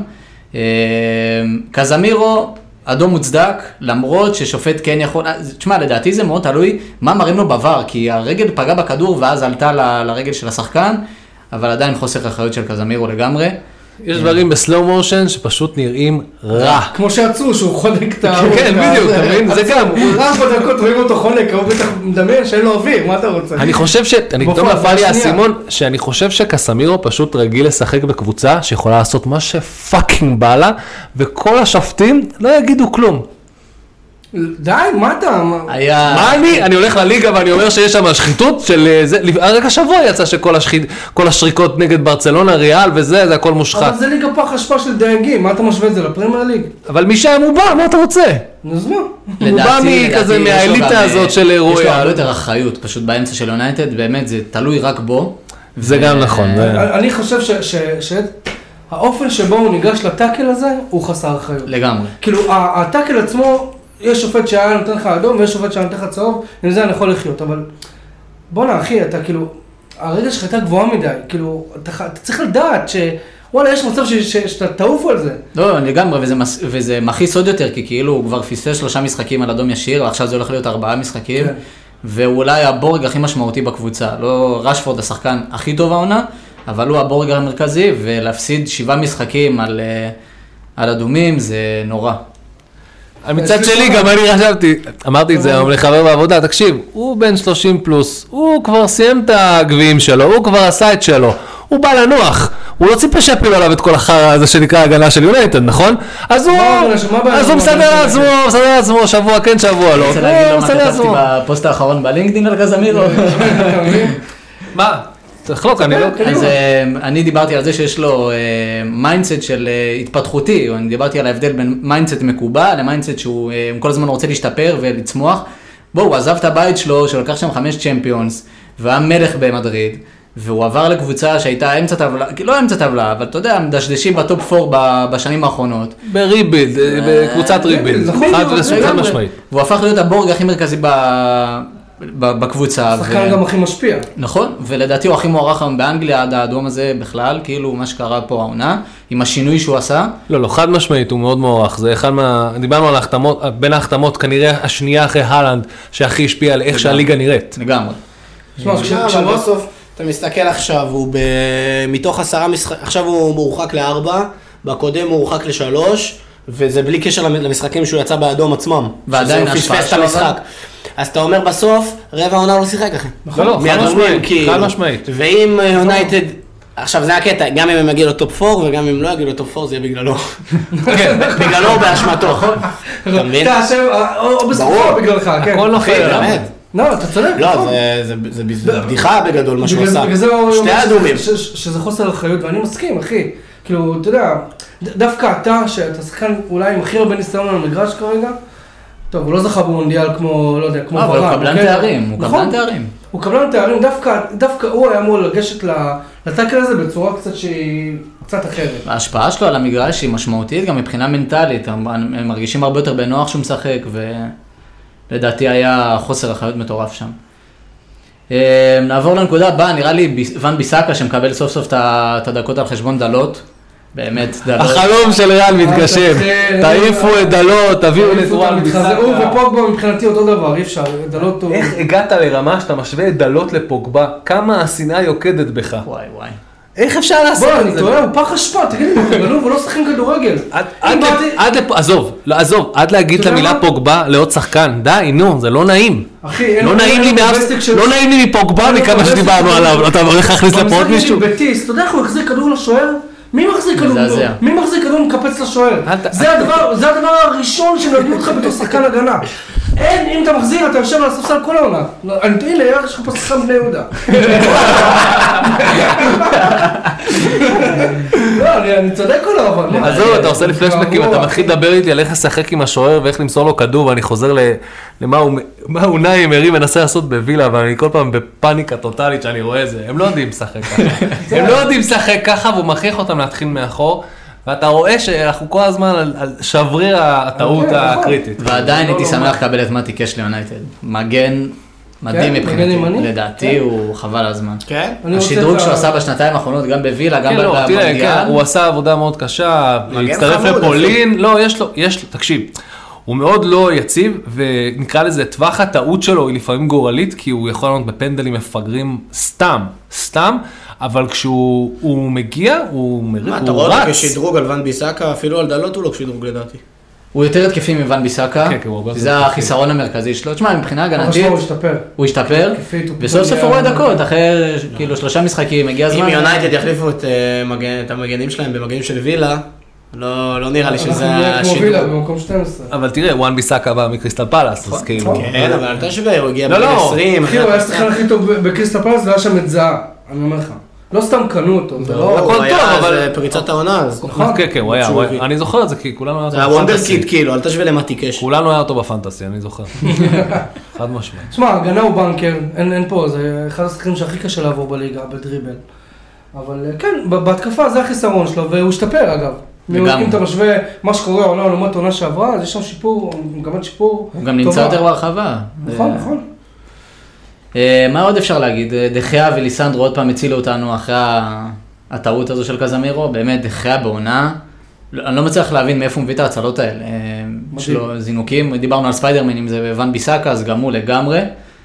קזמירו, אדום מוצדק, למרות ששופט כן יכול... תשמע, לדעתי זה מאוד תלוי מה מראים לו בוואר, כי הרגל פגע בכדור ואז עלתה ל- לרגל של השחקן, אבל עדיין חוסר אחריות של קזמירו לגמרי. יש דברים בסלואו מושן שפשוט נראים רע. כמו שעצרו, שהוא חונק את ה... כן, בדיוק, אתה מבין? זה גם. הוא רע בדקות, רואים אותו חונק, הוא בטח מדמיין שאין לו אוויר, מה אתה רוצה? אני חושב ש... אני פתאום נפל לי האסימון, שאני חושב שקסמירו פשוט רגיל לשחק בקבוצה שיכולה לעשות מה שפאקינג בא לה, וכל השופטים לא יגידו כלום. די, מה אתה? היה... מה אני? אני הולך לליגה ואני אומר שיש שם שחיתות של זה, רק השבוע יצא שכל השחית, כל השריקות נגד ברצלונה, ריאל וזה, זה הכל מושחת. אבל זה ליגה פח אשפה של דייגים, מה אתה משווה את זה לפרמייר ליג? אבל משם הוא בא, מה אתה רוצה? נו, מה? הוא בא מכזה מהאליטה הזאת של אירועי. יש לו הרבה יותר אחריות, פשוט באמצע של יונייטד, באמת זה תלוי רק בו. זה גם נכון. אני חושב שהאופן שבו הוא ניגש לטאקל הזה, הוא חסר אחריות. לגמרי. כאילו, הטאקל עצמו, יש שופט שהיה נותן לך אדום, ויש שופט שהיה נותן לך צהוב, עם זה אני יכול לחיות, אבל בוא'נה אחי, אתה כאילו, הרגע שלך הייתה גבוהה מדי, כאילו, אתה, אתה צריך לדעת ש... וואלה, יש מצב ש, ש, שאתה תעוף על זה. לא, לגמרי, וזה, וזה מכיס עוד יותר, כי כאילו הוא כבר פספס שלושה משחקים על אדום ישיר, ועכשיו זה הולך להיות ארבעה משחקים, כן. והוא אולי הבורג הכי משמעותי בקבוצה, לא רשפורד השחקן הכי טוב העונה, אבל הוא הבורג המרכזי, ולהפסיד שבעה משחקים על, על אדומים זה נורא. מצד שלי גם אני חשבתי, אמרתי את זה היום לחבר בעבודה, תקשיב, הוא בן שלושים פלוס, הוא כבר סיים את הגביעים שלו, הוא כבר עשה את שלו, הוא בא לנוח, הוא לא ציפה שיפילו עליו את כל החרא הזה שנקרא הגנה של יונייטד, נכון? אז הוא מסדר לעצמו, מסדר לעצמו, שבוע כן, שבוע לא. אני רוצה להגיד לו מה כתבתי בפוסט האחרון בלינקדין על קזמירו. מה? תחלוק, אני לא... אז אני דיברתי על זה שיש לו מיינדסט של התפתחותי, אני דיברתי על ההבדל בין מיינדסט מקובע למיינדסט שהוא כל הזמן רוצה להשתפר ולצמוח. בואו, הוא עזב את הבית שלו, שלקח שם חמש צ'מפיונס, והיה מלך במדריד, והוא עבר לקבוצה שהייתה אמצע טבלה, לא אמצע טבלה, אבל אתה יודע, מדשדשים בטופ פור בשנים האחרונות. בריבילד, בקבוצת ריבילד, חד משמעית. והוא הפך להיות הבורג הכי מרכזי בקבוצה. שחקן גם הכי משפיע. נכון, ולדעתי הוא הכי מוערך היום באנגליה עד האדום הזה בכלל, כאילו מה שקרה פה העונה, עם השינוי שהוא עשה. לא, לא, חד משמעית, הוא מאוד מוערך. זה אחד מה... דיברנו על ההחתמות, בין ההחתמות כנראה השנייה אחרי הלנד, שהכי השפיע על איך שהליגה נראית. לגמרי. אבל בסוף, אתה מסתכל עכשיו, הוא מתוך עשרה משחקים, עכשיו הוא מורחק לארבע, בקודם הוא מורחק לשלוש, וזה בלי קשר למשחקים שהוא יצא באדום עצמם. ועדיין השפעה של המשחק. אז אתה אומר בסוף, רבע העונה לא שיחק אחי. נכון, לא, חד משמעית, חד משמעית. ואם יונייטד, עכשיו זה הקטע, גם אם הם יגיעו לטופ פור, וגם אם לא יגיעו לטופ פור, זה יהיה בגללו. בגללו או באשמתו. אתה מבין? או בסופו בגללך, כן. הכל נופל. לא, אתה צודק. לא, זה בדיחה בגדול מה שהוא עשה. שתי אדומים. שזה חוסר אחריות, ואני מסכים, אחי. כאילו, אתה יודע, דווקא אתה, שאתה שחקן אולי עם הכי הרבה ניסיון על המגרש כרגע, טוב, הוא לא זכה במונדיאל כמו, לא יודע, כמו אבל הוא קבלן תארים, הוא קבלן תארים. הוא קבלן תארים, דווקא הוא היה אמור לגשת לטאקל הזה בצורה קצת שהיא קצת אחרת. ההשפעה שלו על המגרש היא משמעותית, גם מבחינה מנטלית, הם מרגישים הרבה יותר בנוח שהוא משחק, ולדעתי היה חוסר אחריות מטורף שם. נעבור לנקודה הבאה, נראה לי ון ביסאקה שמקבל סוף סוף את הדקות על חשבון דלות. באמת, דלות. החלום של ריאל מתגשם. תעיפו את דלות, תביאו את ון ביסאקה. הוא ופוגבה מבחינתי אותו דבר, אי אפשר, דלות הוא... איך הגעת לרמה שאתה משווה את דלות לפוגבה? כמה השנאה יוקדת בך? וואי וואי. איך אפשר לעשות את זה? בוא, אני טועה, הוא פח אשפה, תגיד לי, אתה גנוב, הוא לא שחקים כדורגל. עזוב, עזוב, עד להגיד את המילה פוגבה לעוד שחקן, די, נו, זה לא נעים. לא נעים לי מפוגבה מכמה שדיברנו עליו, אתה הולך להכניס לפה עוד מישהו? בטיס, אתה יודע איך הוא יחזיר כדור לשוער? מי מחזיר כדור? מי מחזיר כדור מקפץ לשוער? זה הדבר הראשון שמלמדים אותך בתור שחקן הגנה. אין, אם אתה מחזיר, אתה יושב על הספסל כל העונה. אני תראי לי, יש לך פה שחקן בני יהודה. לא, אני צודק או לא, אבל... עזוב, אתה עושה לי פלשבקים, אתה מתחיל לדבר איתי על איך לשחק עם השוער ואיך למסור לו כדור, ואני חוזר למה הוא נאי מרי מנסה לעשות בווילה, ואני כל פעם בפאניקה טוטלית שאני רואה את זה. הם לא יודעים לשחק ככה. הם לא יודעים לשחק ככה, והוא מכריח אותם להתחיל מאחור. ואתה רואה שאנחנו כל הזמן על שבריר הטעות הקריטית. ועדיין הייתי שמח לקבל את מתי קש ליונייטד. מגן מדהים מבחינתי, לדעתי הוא חבל הזמן. כן? השדרוג שהוא עשה בשנתיים האחרונות, גם בווילה, גם במונדיאל. הוא עשה עבודה מאוד קשה, הצטרף לפולין, לא, יש לו, יש לו, תקשיב. הוא מאוד לא יציב, ונקרא לזה, טווח הטעות שלו היא לפעמים גורלית, כי הוא יכול לענות בפנדלים מפגרים סתם, סתם, אבל כשהוא מגיע, הוא רץ. מה, אתה רואה אותו כשדרוג על ון ביסאקה, אפילו על דלות הוא לא כשדרוג לדעתי. הוא יותר התקפי מוון ביסאקה, זה החיסרון המרכזי שלו. תשמע, מבחינה הגנתית, הוא השתפר. הוא השתפר, וסוף סוף הוא רואה דקות, אחרי כאילו שלושה משחקים, הגיע הזמן. אם יונייטד יחליפו את המגנים שלהם במגנים של וילה, לא נראה לי שזה השינוי. במקום שתים עשרה. אבל תראה, וואן ביסאקה בא מקריסטל פלאס, אז כאילו... כן, אבל אל תשווה, הוא הגיע בגיל עשרים. אחי, הוא היה שחקן הכי טוב בקריסטל פלאס, והיה שם את זהה, אני אומר לך. לא סתם קנו אותו, זה לא... הכל טוב, אבל פריצת העונה, אז... כן, כן, הוא היה, אני זוכר את זה, כי כולנו היה אותו בפנטסי. זה הוונדרקיד כאילו, אל תשווה למתי קש. כולנו היה אותו בפנטסי, אני זוכר. חד משמעית. תשמע, הגנה הוא בנקר, אין פה, זה אחד השחקנים שהכי קשה לעבור בליגה, בדריבל. אבל כן, בהתקפה זה החיסרון שלו, והוא השתפר אגב. אם אתה משווה מה שקורה עונה לעומת עונה שעברה, אז יש שם שיפור, מגמת שיפור טובה. הוא גם נמצא יותר ברחבה. נכון, נכון. מה עוד אפשר להגיד? דחיה וליסנדרו עוד פעם הצילו אותנו אחרי הטעות הזו של קזמירו, באמת דחיה בעונה. אני לא מצליח להבין מאיפה הוא מביא את ההצלות האלה. יש לו זינוקים, דיברנו על ספיידרמן, אם זה ון ביסאקה, אז גם הוא לגמרי.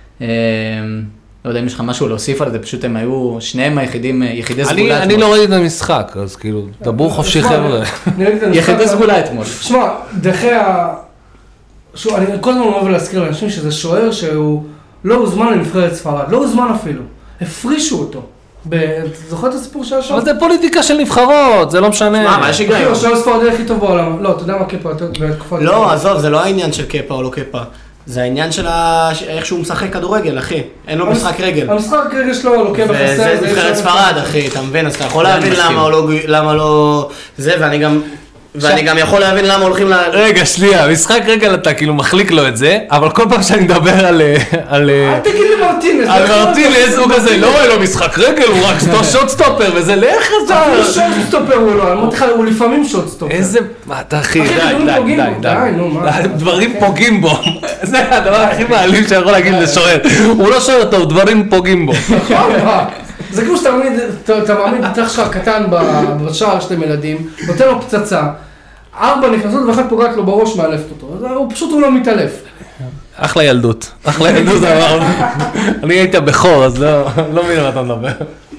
לא יודע אם יש לך משהו להוסיף על זה, פשוט הם היו שניהם היחידים, יחידי סגולה אתמול. אני לא ראיתי את המשחק, אז כאילו, דברו חופשי חבר'ה. יחידי סגולה אתמול. שמע, דחיה, אני כל הזמן אוהב להזכיר לאנשים שזה שוער שהוא לא הוזמן לנבחרת ספרד, לא הוזמן אפילו, הפרישו אותו. אתה זוכר את הסיפור שהיה שם? אבל זה פוליטיקה של נבחרות, זה לא משנה. מה, מה יש היגיון? הוא השוער ספרדי הכי טוב בעולם. לא, אתה יודע מה קפה בתקופה... לא, עזוב, זה לא העניין של קפה או לא קפה. זה העניין של איך שהוא משחק כדורגל, אחי. אין לו משחק רגל. המשחק רגל שלו לוקה בחסר. וזה נבחרת ספרד, אחי, אתה מבין? אז אתה יכול להבין למה לא... זה, ואני גם... ואני גם יכול להבין למה הולכים ל... רגע, שנייה, משחק רגע אתה כאילו מחליק לו את זה, אבל כל פעם שאני מדבר על... אל תגיד לי מרטינס. על מרטינס הוא כזה, לא אין לו משחק רגל, הוא רק שוט סטופר, וזה לאיך זה... אפילו שוט סטופר הוא לא, אני אומר לך, הוא לפעמים שוט סטופר. איזה... מה אתה אחי, די, די, די, די. דברים פוגעים בו. זה הדבר הכי מעליב שיכול להגיד לשוער. הוא לא שוער טוב, דברים פוגעים בו. נכון, זה כמו שאתה מעמיד את אח שלך קטן בשער שאתם ילדים, נותן לו פצצה, ארבע נכנסות ואחת פוגעת לו בראש מאלפת אותו, הוא פשוט הוא לא מתעלף. אחלה ילדות, אחלה ילדות אמרנו. אני הייתי בכור, אז לא מבין מה אתה מדבר.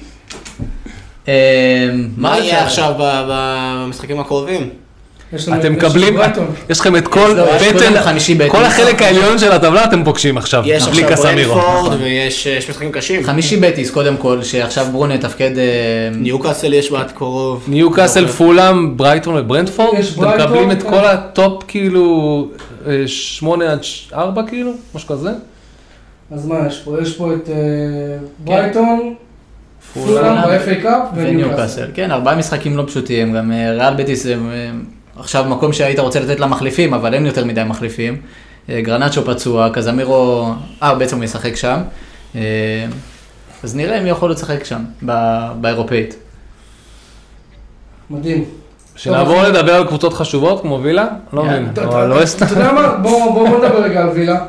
מה יהיה עכשיו במשחקים הקרובים? אתם מקבלים, יש לכם את כל בטן, כל החלק העליון של הטבלה אתם פוגשים עכשיו, בלי קסמירו. יש עכשיו ברנפורד ויש משחקים קשים. חמישי בטיס קודם כל, שעכשיו ברונו יתפקד... ניוקאסל יש בעד קרוב. ניוקאסל, פולאם, ברייטון וברנפורד, אתם מקבלים את כל הטופ כאילו, שמונה עד ארבע כאילו, משהו כזה. אז מה יש פה? יש פה את ברייטון, פולאם, ב-אף איי קאפ וניוקאסל. כן, ארבעה משחקים לא פשוטים, גם ריאל בטיס עכשיו מקום שהיית רוצה לתת לה מחליפים, אבל אין יותר מדי מחליפים. גרנצ'ו פצוע, קזמירו, אה, בעצם הוא ישחק שם. אז נראה אם יכול לשחק שם, באירופאית. מדהים. שנעבור לדבר על קבוצות חשובות כמו וילה? לא מבין, אבל לא סתם. אתה יודע מה? בואו נדבר רגע על וילה.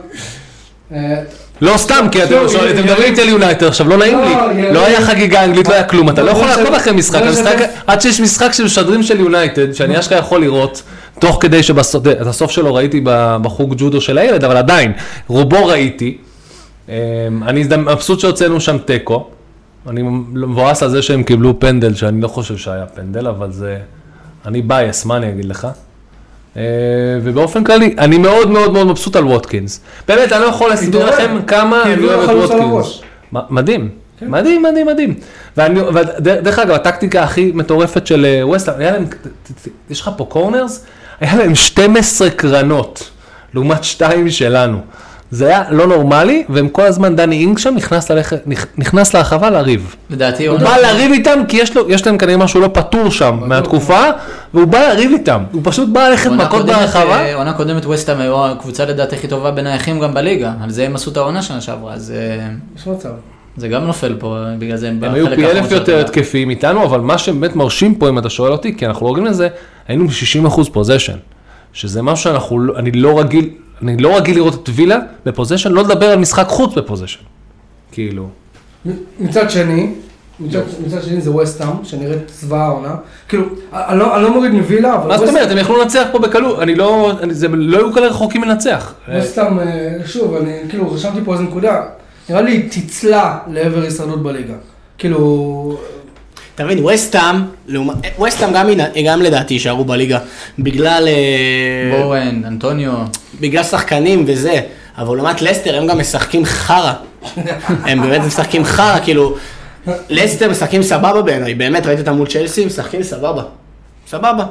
לא סתם, כי אתם מדברים איתי על יונייטד, עכשיו לא נעים לי, לא היה חגיגה אנגלית, לא היה כלום, אתה לא יכול לעקוב אחרי משחק, עד שיש משחק של משדרים של יונייטד, שאני אשכרה יכול לראות, תוך כדי את הסוף שלו ראיתי בחוג ג'ודו של הילד, אבל עדיין, רובו ראיתי, אני מבסוט שהוצאנו שם טקו, אני מבואס על זה שהם קיבלו פנדל, שאני לא חושב שהיה פנדל, אבל זה, אני בייס, מה אני אגיד לך? ובאופן כללי, אני מאוד מאוד מאוד מבסוט על ווטקינס. באמת, אני לא יכול להסביר לכם כמה אני אוהב את ווטקינס. מדהים, מדהים, מדהים, מדהים. ודרך אגב, הטקטיקה הכי מטורפת של ווסטהאם, היה להם, יש לך פה קורנרס? היה להם שתים עשרה קרנות, לעומת שתיים שלנו. זה היה לא נורמלי, והם כל הזמן, דני אינג שם נכנס, ללכת, נכנס להרחבה לריב. לדעתי הוא בא לריב איתם, כי יש, לו, יש להם כנראה משהו לא פתור שם מהתקופה, והוא בא לריב איתם. הוא פשוט בא ללכת מכות בהרחבה. עונה קודמת ווסטהאם היו הקבוצה לדעתי הכי טובה בין האחים גם בליגה. על זה הם עשו את העונה שנה שעברה, אז זה גם נופל פה, בגלל זה הם הם היו פי אלף יותר התקפיים איתנו, אבל מה שבאמת מרשים פה, אם אתה שואל אותי, כי אנחנו לא רואים לזה, היינו ב-שישים אחוז פוזיישן, שזה משהו שאנחנו, אני לא רגיל, אני לא רגיל לראות את וילה בפוזיישן, לא לדבר על משחק חוץ בפוזיישן. כאילו. מצד שני, מצד שני זה ווסטהאם, שנראית צבא העונה. כאילו, אני לא מוריד מווילה, אבל... מה זאת אומרת? הם יכלו לנצח פה בקלות, אני לא, זה לא היו כאלה רחוקים לנצח. ווסטהאם, שוב, אני כאילו רשמתי פה איזה נקודה, נראה לי תצלה לעבר הישרדות בליגה. כאילו... אתה מבין, ווסטהאם, ווסטהאם גם לדעתי יישארו בליגה, בגלל... בורן, אנטוניו. בגלל שחקנים וזה, אבל לעומת לסטר הם גם משחקים חרה. הם באמת משחקים חרה, כאילו, לסטר משחקים סבבה בעיניי, באמת ראיתי אותם מול צ'לסי, משחקים סבבה. סבבה.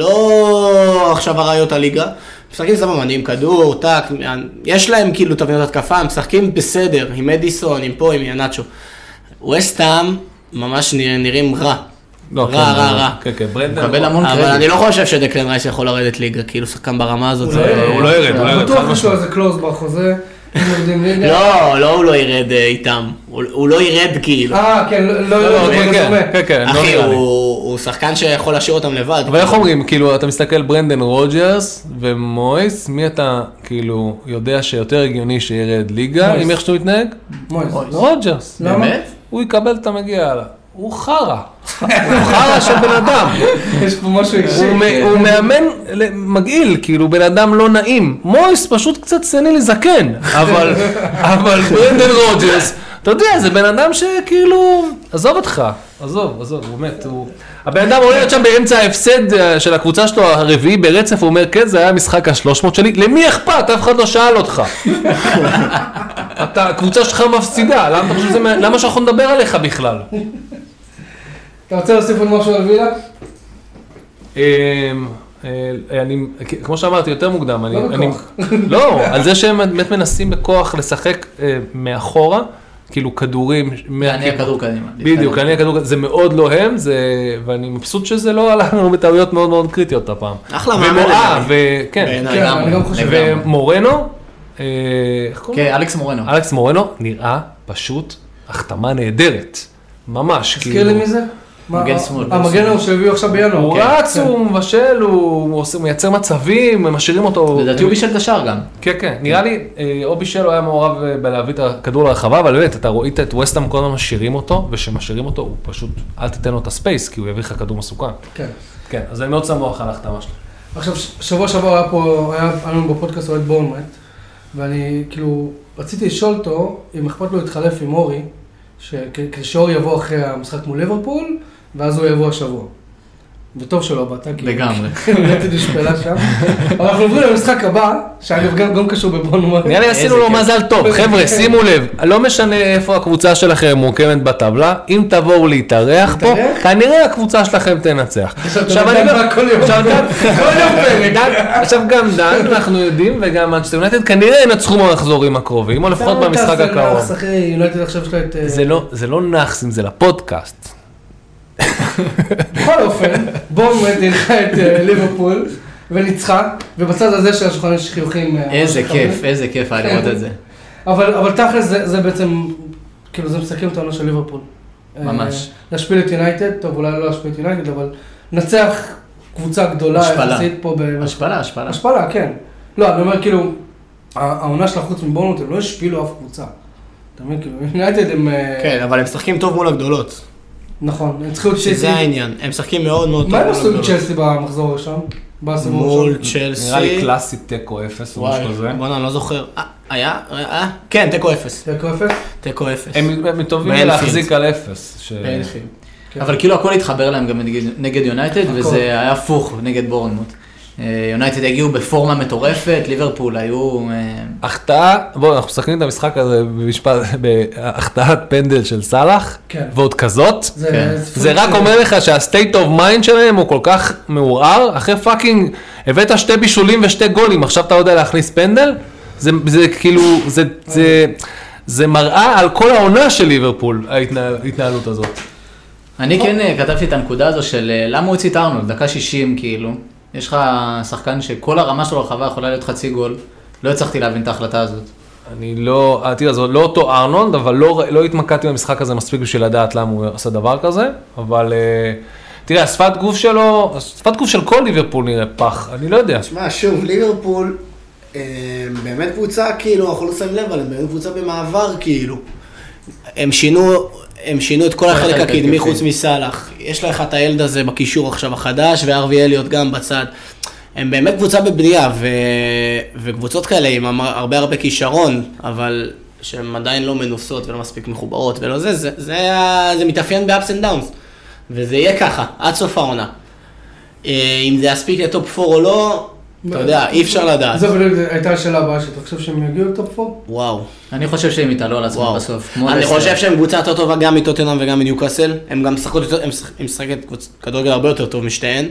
לא עכשיו הראיות הליגה, משחקים סבבה, עם כדור, טק, יש להם כאילו תבניות התקפה, הם משחקים בסדר, עם מדיסון, עם פה, עם ינאצ'ו. ווסטהאם ממש נראים רע. רע, רע, רע. כן, כן, ברנדן. אבל אני לא חושב שדקלן רייס יכול לרדת ליגה, כאילו שחקן ברמה הזאת. הוא לא ירד, הוא לא ירד. בטוח יש לו איזה קלוז בחוזה. לא, לא הוא לא ירד איתם. הוא לא ירד כאילו. אה, כן, לא ירד. כן, כן. אחי, הוא שחקן שיכול להשאיר אותם לבד. אבל איך אומרים, כאילו, אתה מסתכל ברנדן רוג'רס ומויס, מי אתה, כאילו, יודע שיותר הגיוני שירד ליגה, אם איך שהוא יתנהג? מויס. רוג'רס. באמת? הוא יקבל את המגיע עליו. הוא חרה. הוא חרה של בן אדם. יש פה משהו אישי. הוא מאמן מגעיל, כאילו בן אדם לא נעים. מויס פשוט קצת סנילי זקן, אבל ברנדן רוג'רס, אתה יודע, זה בן אדם שכאילו, עזוב אותך, עזוב, עזוב, הוא מת. הבן אדם עולה שם באמצע ההפסד של הקבוצה שלו הרביעי ברצף, הוא אומר, כן, זה היה המשחק ה-שלוש מאות שלי, למי אכפת? אף אחד לא שאל אותך. הקבוצה שלך מפסידה, למה שאנחנו נדבר עליך בכלל? אתה רוצה להוסיף עוד משהו על וילה? אני, כמו שאמרתי, יותר מוקדם. לא בכוח. לא, על זה שהם באמת מנסים בכוח לשחק מאחורה, כאילו כדורים. להניע כדור קדימה. בדיוק, להניע כדור קדימה. זה מאוד לא הם, ואני מבסוט שזה לא עלה לנו בטעויות מאוד מאוד קריטיות הפעם. אחלה מאמן. וכן, ומורנו, כן, אלכס מורנו. אלכס מורנו נראה פשוט החתמה נהדרת. ממש. תזכיר לי מי זה? מגן שמאל. המגן הוא שהביאו עכשיו בינואר. הוא רץ, הוא מבשל, הוא מייצר מצבים, הם משאירים אותו. לדעתי הוא בישל את השער גם. כן, כן. נראה לי, או בישל היה מעורב בלהביא את הכדור לרחבה, אבל באמת, אתה רואה את ווסטהאם כל הזמן משאירים אותו, ושמשאירים אותו, הוא פשוט, אל תיתן לו את הספייס, כי הוא יביא לך כדור מסוכן. כן. כן, אז אני מאוד שמח על ההחתמה שלי. עכשיו, שבוע שעבר היה פה, היה לנו בפודקאסט אוהד בורנמוט, ואני כאילו, רציתי לשאול אותו, אם אכפת לו להתחלף עם אורי, כדי שאורי יבוא אחרי המשחק מול ליברפול, ואז הוא יבוא השבוע. וטוב שלא באת, כי... לגמרי. נראיתי לשפלה שם. אבל אנחנו עוברים למשחק הבא, שאגב גם קשור בבורנמוט. נראה לי עשינו לו מזל טוב. חבר'ה, שימו לב, לא משנה איפה הקבוצה שלכם מורכבת בטבלה, אם תבואו להתארח פה, כנראה הקבוצה שלכם תנצח. עכשיו אני גם... עכשיו גם דן, אנחנו יודעים, וגם מנצ'סטר יונייטד, כנראה ינצחו מהמחזורים הקרובים, או לפחות במשחק הקרוב. זה לא נחס אם זה לפודקאסט. בכל אופן, בורנמוט הנחה את ליברפול וניצחה, ובצד הזה של השולחן יש חיוכים. איזה כיף, איזה כיף היה לראות את זה. אבל תכל'ס זה בעצם כאילו זה מסכם את העונה של ליברפול. ממש. להשפיל את יונייטד, טוב אולי לא להשפיל את יונייטד, אבל נצח קבוצה גדולה יחסית פה. השפלה, השפלה. השפלה, כן. לא, אני אומר כאילו, העונה של החוץ מבורנמוט, הם לא השפילו אף קבוצה. אתה מבין, כאילו, יונייטד הם... כן, אבל הם משחקים טוב מול הגדולות. נכון, הם צריכים... שזה העניין, הם משחקים מאוד מאוד טוב מה מול הם הגדולות. עשו עם צ'לסי במחזור הראשון? מול צ'לסי... נראה לי קלאסי טקו אפס או משהו כזה. בוא'נה, אני לא זוכר. היה? אה? כן, טקו אפס. טקו אפס? טקו אפס. הם טובים להחזיק על אפס. באנפילד. אבל כאילו הכל התחבר להם גם נגד יונייטד, וזה היה הפוך נגד בורנמוט. יונייטד הגיעו בפורמה מטורפת, ליברפול היו... החטאה, בואו, אנחנו משחקים את המשחק הזה במשפט, בהחטאת פנדל של סלאח, ועוד כזאת. זה רק אומר לך שהסטייט אוף מיינד שלהם הוא כל כך מעורער, אחרי פאקינג, הבאת שתי בישולים ושתי גולים, עכשיו אתה יודע להכניס פנדל, זה כאילו, זה מראה על כל העונה של ליברפול, ההתנהלות הזאת. אני כן כתבתי את הנקודה הזו של למה הוא הוציא את ארנולד, דקה שישים כאילו. יש לך שחקן שכל הרמה שלו לרחבה יכולה להיות חצי גול, לא הצלחתי להבין את ההחלטה הזאת. אני לא, תראה, זה לא אותו ארנולד, אבל לא, לא התמקדתי במשחק הזה מספיק בשביל לדעת למה הוא עושה דבר כזה, אבל תראה, השפת גוף שלו, השפת גוף של כל ליברפול נראה פח, אני לא יודע. תשמע, שוב, ליברפול, באמת קבוצה, כאילו, אנחנו לא שמים לב, אבל הם באמת קבוצה במעבר, כאילו. הם שינו... הם שינו את כל החלק הקדמי חוץ מסלאח. יש לך את הילד הזה בקישור עכשיו החדש, וארווי אליוט גם בצד. הם באמת קבוצה בבנייה, ו... וקבוצות כאלה עם הרבה הרבה כישרון, אבל שהן עדיין לא מנוסות ולא מספיק מחוברות ולא זה, זה, זה, זה מתאפיין ב-ups and downs. וזה יהיה ככה, עד סוף העונה. אם זה יספיק לטופ ארבע או לא, אתה יודע, אי אפשר לדעת. זו בדיוק הייתה השאלה הבאה, שאתה חושב שהם יגיעו לטופ ארבע? וואו. אני חושב שהם יתעלו על עצמם בסוף. אני חושב שהם קבוצה יותר טובה גם מטוטנהאם וגם מניוקאסל. הם גם משחקות יותר, הם משחקות כדורגל הרבה יותר טוב משתיהן.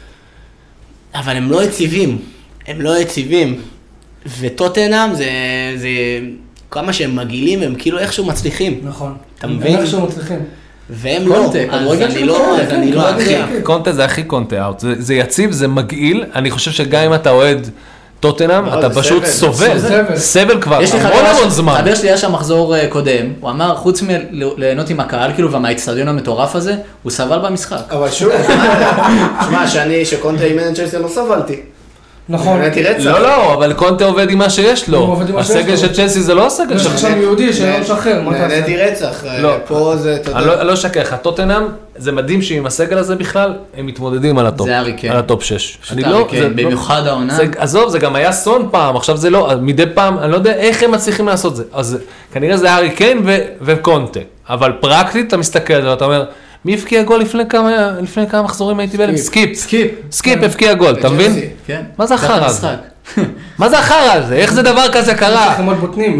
אבל הם לא יציבים. הם לא יציבים. וטוטנהאם זה, זה כמה שהם מגעילים, הם כאילו איכשהו מצליחים. נכון. אתה מבין? איכשהו מצליחים. והם לא, אז אני לא, אז אני לא אכריע. קונטה זה הכי קונטה אאוט, זה יציב, זה מגעיל, אני חושב שגם אם אתה אוהד טוטנהאם, אתה פשוט סובל, סבל כבר, המון המון זמן. חבר שלי היה שם מחזור קודם, הוא אמר, חוץ מליהנות עם הקהל, כאילו, ומהאצטדיון המטורף הזה, הוא סבל במשחק. אבל שוב, שמע, שאני, שקונטה אימן את צ'לסי לא סבלתי. נכון. לא, לא, אבל קונטה עובד עם מה שיש לו. הסגל של צ'לסי זה לא הסגל של... יש עכשיו יהודי שלא משחרר, מה אתה עושה? נהניתי רצח, פה זה... אני לא אשקר לך, טוטנהאם, זה מדהים שעם הסגל הזה בכלל, הם מתמודדים על הטופ. זה ארי קיין. על הטופ שש. זה ארי קיין, במיוחד העונה. עזוב, זה גם היה סון פעם, עכשיו זה לא, מדי פעם, אני לא יודע איך הם מצליחים לעשות זה. אז כנראה זה ארי קיין וקונטה. אבל פרקטית אתה מסתכל ואתה אומר, מי הפקיע גול לפני כמה, לפני כמה מחזורים הייתי בלם? סקיפ. סקיפ. סקיפ הפקיע גול, אתה מבין? כן. מה זה החרא הזה? מה זה החרא הזה? איך זה דבר כזה קרה? יש חמות בוטנים.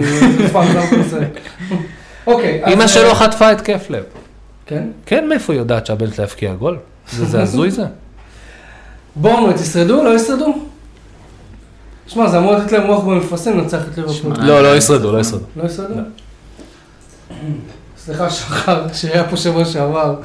אוקיי. אמא שלו חטפה את כיפלב. כן? כן, מאיפה היא יודעת שהבן שלה הפקיע גול? זה הזוי זה? בורנמוט, ישרדו? לא ישרדו? שמע, זה אמור לתת להם רוח במפרשים, נצח את ליברפול. לא, לא ישרדו, לא ישרדו. לא ישרדו? סליחה, שחר, שהיה פה שבוע שעבר.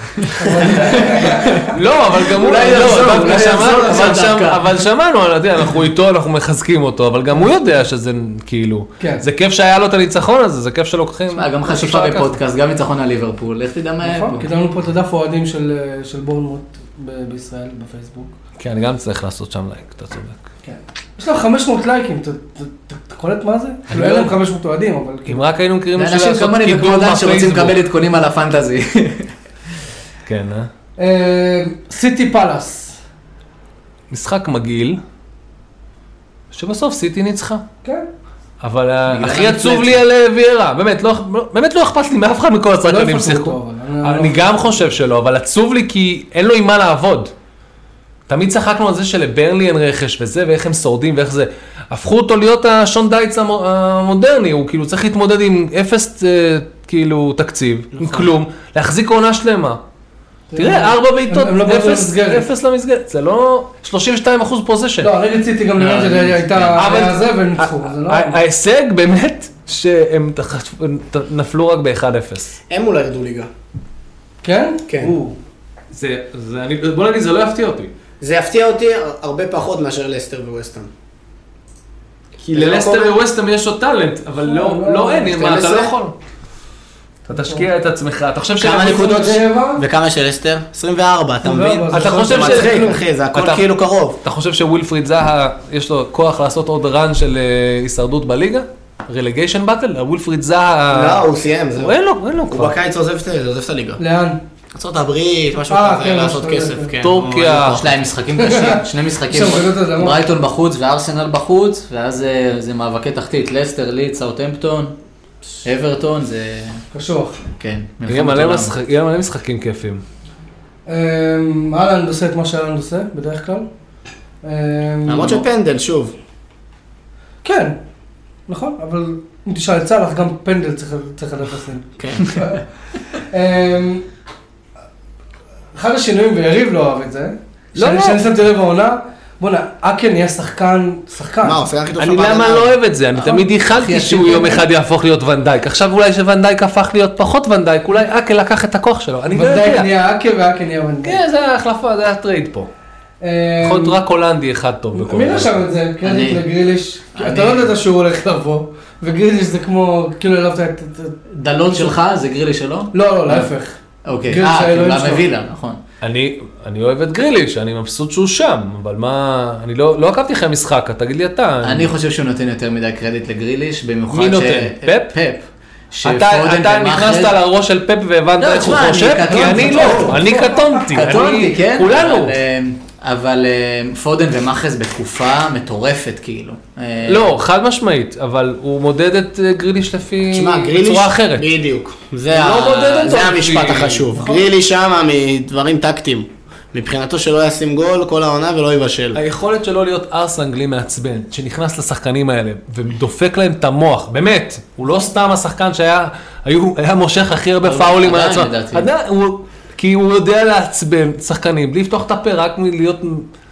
לא, אבל גם הוא... אולי יחזור, אולי יחזור. אבל שמענו, אנחנו איתו, אנחנו מחזקים אותו, אבל גם הוא יודע שזה כאילו... זה כיף שהיה לו את הניצחון הזה, זה כיף שלוקחים... גם חשיפה בפודקאסט, גם ניצחון על ליברפול, איך תדע מה היה פה? נכון, קידמנו פה את הדף אוהדים של בורנמוט בישראל, בפייסבוק. כן, אני גם צריך לעשות שם לייק, אתה צודק. כן. יש להם חמש מאות לייקים, אתה קולט מה זה? כאילו אין להם חמש מאות אוהדים, אבל... אם רק היינו מכירים בשביל לעשות קידום בפייסבוק. שרוצים לקבל עדכונים על הפנטזי. כן, אה? סיטי פלאס. משחק מגעיל, שבסוף סיטי ניצחה. כן. אבל הכי עצוב לי על ויירה, באמת, באמת לא אכפת לי מאף אחד מכל השחקנים שיחקו. אני גם חושב שלא, אבל עצוב לי כי אין לו עם מה לעבוד. תמיד צחקנו על זה שלברנלי אין רכש וזה, ואיך הם שורדים ואיך זה. הפכו אותו להיות השון דייץ המודרני, הוא כאילו צריך להתמודד עם אפס כאילו תקציב, עם כלום, להחזיק עונה שלמה. תראה, ארבע בעיטות, אפס למסגרת, זה לא שלושים ושתיים אחוז פוזיישן. לא, הרגע ציטי גם לראות שהייתה זה והם ניצחו, זה לא... ההישג באמת שהם נפלו רק ב-אחד אפס. הם אולי ירדו ליגה. כן? כן. בוא נגיד, זה לא יפתיע אותי. זה יפתיע אותי הרבה פחות מאשר לסטר וווסטהאם. כי ללסטר וווסטהאם יש עוד טלנט, אבל לא אין, מה אתה לא יכול. אתה תשקיע את עצמך, אתה חושב כמה נקודות זה? שבע? וכמה של אסתר? עשרים וארבע, אתה מבין? אתה חושב ש... מצחיק, אחי, זה הכל כאילו קרוב. אתה חושב שווילפריד זהה, יש לו כוח לעשות עוד רן של הישרדות בליגה? רלגיישן באטל? ווילפריד זהה... לא, הוא סיים, זהו. אין לו, אין לו כבר. הוא בקיץ עוזב את הליגה. לאן? ארצות הברית, משהו כזה, לעשות כסף, כן. טורקיה. יש להם משחקים קשים, שני משחקים, ברייטון בחוץ וארסנל בחוץ, ואז זה מאבקי תחתית, לסטר, לידס, סאות'המפטון, אברטון, זה... קשוח. כן, יהיה מלא משחקים כיפים. אהלנד עושה את מה שאהלנד עושה, בדרך כלל. למרות שפנדל, שוב. כן, נכון, אבל אם תשאל את צלח, גם פנדל צריך לדעת לשים. כן. אחד השינויים, ויריב לא אוהב את זה, לא, לא. שאני שמתי לב העונה, בוא'נה, אקן נהיה שחקן, שחקן. מה, הוא שחקן הכי טוב אני שבא למה עליו. לא אוהב את זה? אני תמיד ייחלתי שהוא יום אחד יהפוך להיות ונדייק. עכשיו אולי שוונדייק הפך להיות פחות ונדייק, אולי אקל לקח את הכוח שלו. אני לא ונדייק יודע. נהיה אקן ואקן נהיה ונדייק. כן, זה ההחלפה, זה הטרייד פה. יכול להיות רק הולנדי אחד טוב בכל מי רשם את זה? קרדיט לגריליש. אתה לא יודעת שהוא הולך לבוא, וגריליש זה כמו, כאילו העלבת את... דלות שלך, זה גרילי שלו? לא, לא, להפך. אוקיי, גריליש אה, האלוהים כאילו שלו. המבילה, נכון. אני, אני אוהב את גריליש, אני מבסוט שהוא שם, אבל מה, אני לא, לא עקבתי אחרי המשחק, תגיד לי אתה. אני חושב שהוא נותן יותר מדי קרדיט לגריליש, במיוחד מי ש... נותן? פפ? פפ. אתה, אתה נכנסת לראש של פפ והבנת איך הוא חושב? כי אני לא, אני קטונתי. קטונתי, כן? כולנו. אבל, אה, אבל אה, פודן ומאחז בתקופה מטורפת, כאילו. אה, לא, חד משמעית, אבל הוא מודד את אה, גריליש לפי תשמע, גריליש, צורה אחרת. בדיוק. זה, הוא לא מודד ה... אותו זה לפי- המשפט החשוב. גריליש שמה מדברים טקטיים. מבחינתו שלא ישים גול כל העונה ולא יבשל. היכולת שלו להיות ארס אנגלי מעצבן, שנכנס לשחקנים האלה ודופק להם את המוח, באמת, הוא לא סתם השחקן שהיה היו, היה מושך הכי הרבה פאולים על עדיין, עצמו. לדעתי. עדיין, הוא- כי הוא יודע לעצבן שחקנים, בלי לפתוח את הפה, רק מלהיות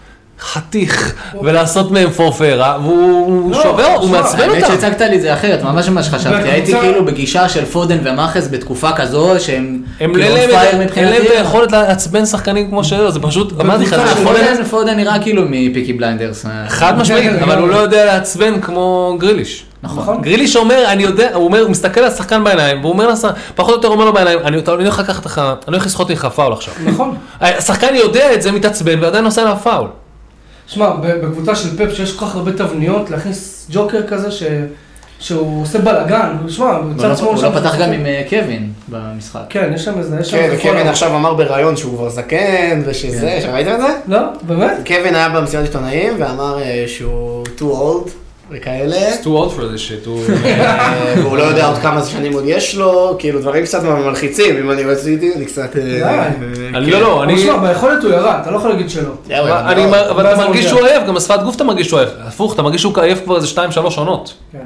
חתיך ולעשות מהם פורפרה, והוא לא, שובר, הוא תשמע, מעצבן האמת אותם. שהצגת לי את זה אחרת, ממש מה שחשבתי. בקבוצה- הייתי כאילו בגישה של פודן ומאחז בתקופה כזו, שהם הם כאילו אין להם on fire את- אין מבחינתי. להם את היכולת לעצבן שחקנים כמו שלו, זה פשוט, אמרתי לך, בקבוצה זה של יכול פודן פודן נראה כאילו מפיקי בליינדרס. חד משמעית, כן, אבל כן, הוא כן. לא יודע לעצבן כמו גריליש. נכון. גריליש אומר, אני יודע, הוא אומר, הוא מסתכל על השחקן בעיניים, והוא אומר לשחקן, פחות או יותר אומר לו בעיניים, אני אני לא הולך לקחת לך, אני לא הולך לסחוט ממך פאול עכשיו. נכון. השחקן יודע את זה, מתעצבן, ועדיין עושה עליו פאול. שמע, בקבוצה של פפ שיש כל כך הרבה תבניות, להכניס ג'וקר כזה ש... שהוא עושה בלאגן, שמע, בצד שמאל הוא שם... לא פתח גם עם אה, קווין במשחק. כן, יש שם איזה, יש שם כן, איזה וקווין פולו. עכשיו אמר בראיון שהוא כבר זקן ושזה, ראיתם את זה? לא, באמת? קווין היה במסיבת עיתונאים ואמר אה, שהוא too old וכאלה. too old for this shit, הוא... אה, והוא לא יודע עוד כמה שנים עוד יש לו, כאילו דברים קצת מלחיצים, אם אני רציתי, אני קצת... אה, די. אה, אני כן. לא, לא, אבל אני... שמע, ביכולת הוא ירד, אתה לא יכול להגיד שלא. זהו, אני- מאוד. אבל אתה ואז מרגיש הוא שהוא עייף, גם בשפת גוף אתה מרגיש שהוא עייף. הפוך, אתה מרגיש שהוא עייף כבר איזה שתיים, שלוש עונות. כן.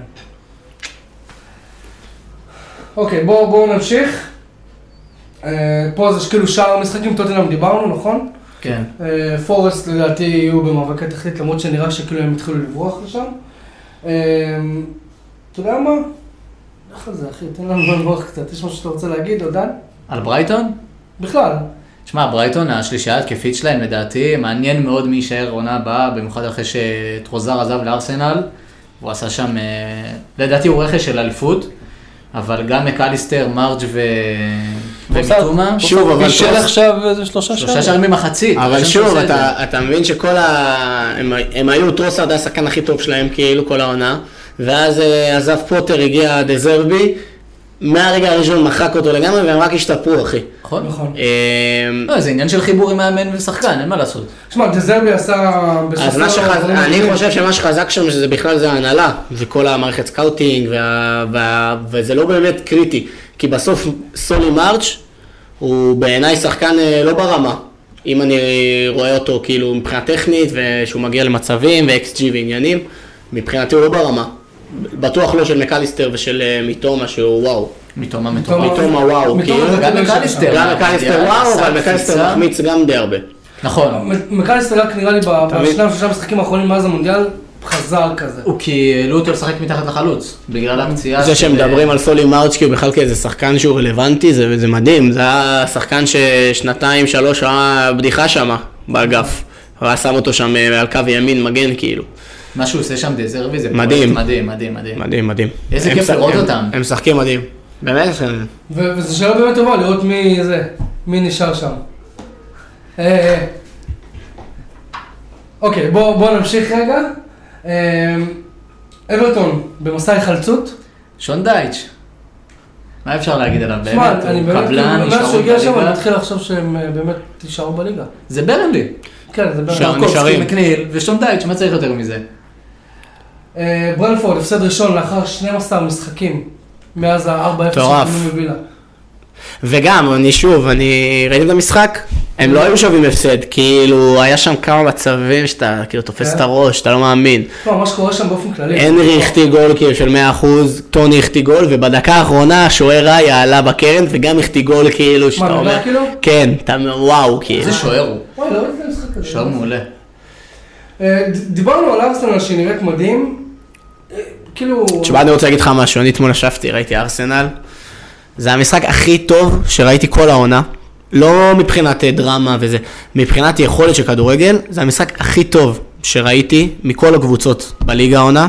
אוקיי, בואו בואו נמשיך. אה, פה זה כאילו שאר המשחקים, טוטנהאם דיברנו, נכון? כן. אה, פורסט לדעתי יהיו במאבקי תחתית, למרות שנראה שכאילו הם התחילו לברוח לשם. אה, אתה יודע מה? איך על זה אחי, תן לנו לברוח קצת, יש משהו שאתה רוצה להגיד, עודן? על ברייטון? בכלל. שמע, ברייטון, השלישייה התקפית שלהם לדעתי, מעניין מאוד מי יישאר עונה הבאה, במיוחד אחרי שטרוזר עזב לארסנל. הוא עשה שם, אה, לדעתי הוא רכש של אליפות, אבל גם מקליסטר, מרג' ו... ומיטומה. שוב, אבל בישל טוב. עכשיו איזה שלושה שלושה שערים. שערים ממחצית. אבל ראשון שוב, שעושה את זה. אתה, אתה מבין שכל ה... הם, הם היו, טרוסארד היה השחקן הכי טוב שלהם, כאילו, כל העונה, ואז אה, עזב פוטר, הגיע דזרבי, מהרגע הראשון מחק אותו לגמרי, והם רק השתפרו, אחי. נכון? נכון. אה, לא, זה עניין של חיבור עם מאמן ושחקן, אין מה לעשות. שמע, דזרבי עשה... אז מה שחזק, אני חושב שמה שחזק שם, שזה בכלל זה ההנהלה, זה כל המערכת סקאוטינג, וה, וה, וזה לא באמת קריטי, כי בסוף סולי מרץ' הוא בעיניי שחקן אה, לא ברמה, אם אני רואה אותו כאילו מבחינה טכנית, ושהוא מגיע למצבים, ו-אקס ג'י ועניינים, מבחינתי הוא לא ברמה. בטוח לא של מקליסטר ושל אה, מיטומה, שהוא וואו. מיטומה מיטומה. מטורף. מיטומה וואו, מיטומה כאילו. זה גם כאילו מקליסטר. גם מקליסטר וואו, אבל מקליסטר מחמיץ גם די הרבה. נכון. מקליסטר רק נראה לי בשניים שלושה משחקים האחרונים מאז המונדיאל, חזר כזה. הוא כי העלו אותו לשחק מתחת לחלוץ, בגלל הפציעה. זה של- שמדברים על סולי מרצ'קי בכלל כאיזה שחקן שהוא רלוונטי, זה, זה מדהים, זה היה שחקן ששנתיים, שלוש, היה בדיחה שם, באגף. הוא היה שם אותו שם על קו ימין מגן כאילו. מה שהוא עושה שם דזרבי זה מדהים. מדהים, מדהים, מדהים. מדהים, מדהים. איזה הם כיף משחק- לראות הם- אותם. הם משחקים מדהים. באמת? וזו שאלה באמת טובה, לראות מי זה, מי נשאר שם. אוקיי, בואו נמשיך רגע. אברטון, במסע החלצות. שון דייץ'. מה אפשר להגיד עליו? שמע, באמת, אני הוא באמת, קבלן, מאז שהוא הגיע שם, אני בליגה. מתחיל לחשוב שהם באמת תישארו בליגה. זה ברנלי. כן, זה באמת. שם. טרקובסקי, נשארים. מקניל, ושון דייץ', מה צריך יותר מזה? ברנפורד, הפסד ראשון לאחר שנים עשר משחקים, מאז ה-ארבע אפס מטורף. שקיבלו מווילה. וגם, אני שוב, אני ראיתי את המשחק, הם לא היו שווים הפסד, כאילו, היה שם כמה מצבים שאתה כאילו תופס את הראש, אתה לא מאמין. לא, מה שקורה שם באופן כללי. הנרי החטיא גול כאילו של מאה אחוז, טוני החטיא גול, ובדקה האחרונה השוער ראי עלה בקרן, וגם החטיא גול כאילו, שאתה מה, אומר, נולך כאילו? כן, אתה אומר, וואו, כאילו. איזה שוער הוא. וואי, לא ראיתי את המשחק הזה. שוער מעולה. אה, ד- דיברנו על ארסנל שהיא נראית מדהים. אה, כאילו... תשמע, אני רוצה להגיד לך משהו, אני אתמול ישבתי, ראיתי ארסנל, זה המשחק הכי טוב שראיתי כל העונה, לא מבחינת דרמה וזה, מבחינת יכולת של כדורגל, זה המשחק הכי טוב שראיתי מכל הקבוצות בליגה העונה.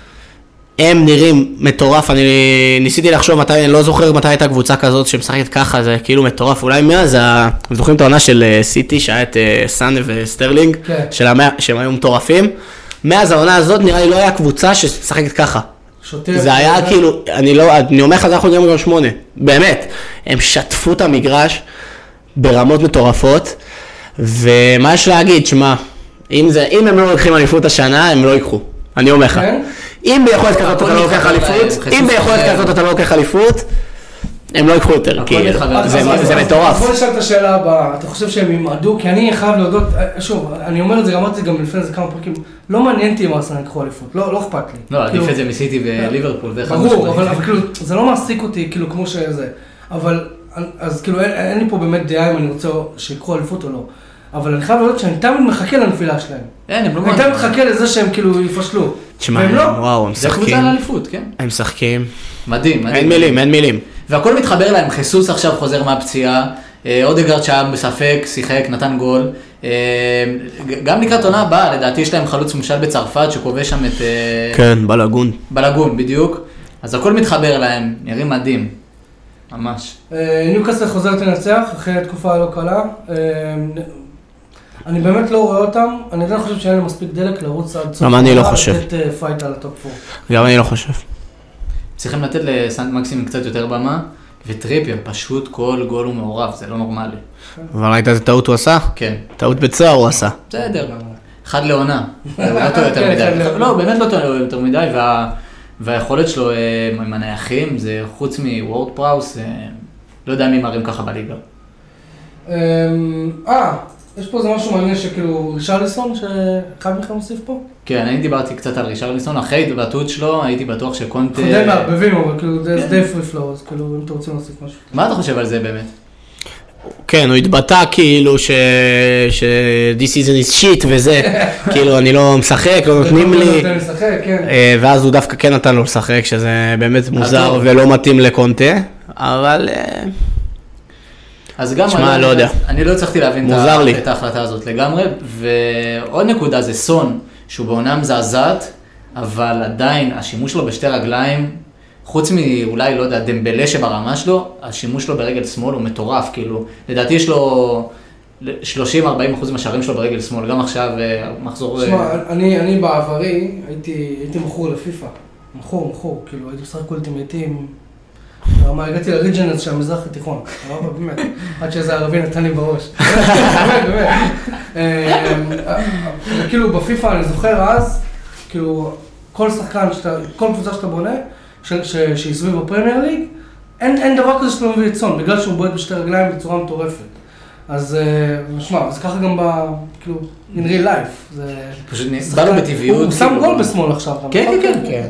הם נראים מטורף, אני ניסיתי לחשוב מתי, אני לא זוכר מתי הייתה קבוצה כזאת שמשחקת ככה, זה כאילו מטורף, אולי מאז, אתם זוכרים את העונה של סיטי, שהיה את סאנה וסטרלינג, כן. של המאה, שהם היו מטורפים, מאז העונה הזאת נראה לי לא היה קבוצה שמשחקת ככה. שוטר. זה היה כאילו, אני לא, אני אומר לך, זה אנחנו גם גם שמונה, באמת, הם שטפו את המגרש ברמות מטורפות, ומה יש להגיד, שמה, אם זה, אם הם לא לוקחים אליפות השנה, הם לא ייקחו, אני אומר לך. כן? אם ביכולת כזאת אתה לא לוקח אליפות, אם ביכולת כזאת אתה לא לוקח אליפות, הם לא ייקחו יותר, כאילו, מתחבר. זה- אז- זה אז- מטורף. אז בוא נשאל את השאלה הבאה, אתה חושב שהם ימעדו? כי אני חייב להודות, אה, שוב, אני אומר את זה, אמרתי את זה גם לפני איזה כמה פרקים, לא מעניין אותי אם ארסנל יקחו אליפות, לא לא אכפת לי. לא, עדיף כאילו, את זה מסיטי וליברפול, זה אחד ברור, משמעית. אבל אבל כאילו, זה לא מעסיק אותי, כאילו, כמו שזה. אבל, אז כאילו, אין- אין לי פה באמת דעה אם אני רוצה שיקחו אליפות או לא. אבל אני חייב להודות שאני תמיד מחכה לנפילה שלהם. אין, הם לא אני תמיד מחכה לזה שהם כאילו יפשלו. תשמע, והם לא. וואו, הם זה קבוצה משחקים, לאליפות, כן. הם משחקים, מדהים, מדהים. אין מילים, אין מילים. והכל מתחבר להם, חיסוס עכשיו חוזר מהפציעה, אה, אודגרד שהיה בספק, שיחק, נתן גול. אה, גם לקראת עונה הבאה, לדעתי יש להם חלוץ מושל בצרפת שכובש שם את אה, כן, בלגון. בלגון בדיוק. אז הכל מתחבר להם, נראים מדהים. ממש. אה, ניוקאסל חוזרת לנצח אחרי תקופה לא קלה. אה, אני באמת לא רואה אותם, אני עדיין חושב שאין להם מספיק דלק לרוץ עד סוף. גם אני לא העונה, חושב. לתת אה, פייט על הטופ פור. גם אני לא חושב. צריכים לתת לסנט מקסים קצת יותר במה, וטריפייר, פשוט כל גול הוא מעורב, זה לא נורמלי. אבל ראית איזה טעות הוא עשה? כן, טעות בצער הוא עשה. בסדר. אחד לעונה, הוא לא טועה יותר כן, מדי. אחד לעונה. לא, באמת לא טועה יותר מדי, וה- והיכולת שלו אה, עם הנייחים, זה חוץ מוורד פראוס, אה, לא יודע מי מראים ככה בליגה. אה, אה, יש פה איזה משהו מעניין שכאילו רישרליסון, שאחד מכם מוסיף פה? כן, אני דיברתי קצת על רישרליסון, אחרי התבטאות שלו, הייתי בטוח שקונטה... אנחנו די מערבבים, אבל כאילו זה די פרי פלואו, אז כאילו אם אתם רוצים להוסיף משהו. מה אתה חושב על זה באמת? כן, הוא התבטא כאילו ש... ש... this season is shit וזה, כאילו אני לא משחק, לא נותנים זה לא לי, נותן לי לשחק, כן. אה, ואז הוא דווקא כן נתן לו לשחק, שזה באמת מוזר טוב. ולא מתאים לקונטה, אבל אה, אז גם... שמע, אני- לא יודע. אני לא הצלחתי להבין את ה- מוזר לי. את ההחלטה הזאת לגמרי, ועוד נקודה זה סון, שהוא בעונה מזעזעת, אבל עדיין השימוש שלו בשתי רגליים, חוץ מאולי, לא יודע, דמבלה שברמה שלו, השימוש שלו ברגל שמאל הוא מטורף, כאילו, לדעתי יש לו שלושים עד ארבעים אחוז מהשערים שלו ברגל שמאל, גם עכשיו אה, מחזור... אה, תשמע, אני אני בעברי הייתי הייתי מכור לפיפא. מכור, מכור, כאילו הייתי משחק אולטימטים. ברמה הגעתי לריג'נס של המזרח התיכון, אבל באמת, עד שאיזה ערבי נתן לי בראש. באמת, באמת. אה, כאילו בפיפא אני זוכר אז, כאילו כל שחקן, שאתה- כל קבוצה שאתה בונה, ש- ש- שהיא סביב בפרמייר ליג, אין אין דבר כזה שאתה לא מביא את סון, בגלל שהוא בועט בשתי רגליים בצורה מטורפת. אז אה, שמע, אז ככה גם ב... כאילו, in real life. זה... פשוט נ- שחקן- בא לו בטבעיות. הוא שם כאילו. גול בשמאל עכשיו. גם, כן, נכון? כן, כן.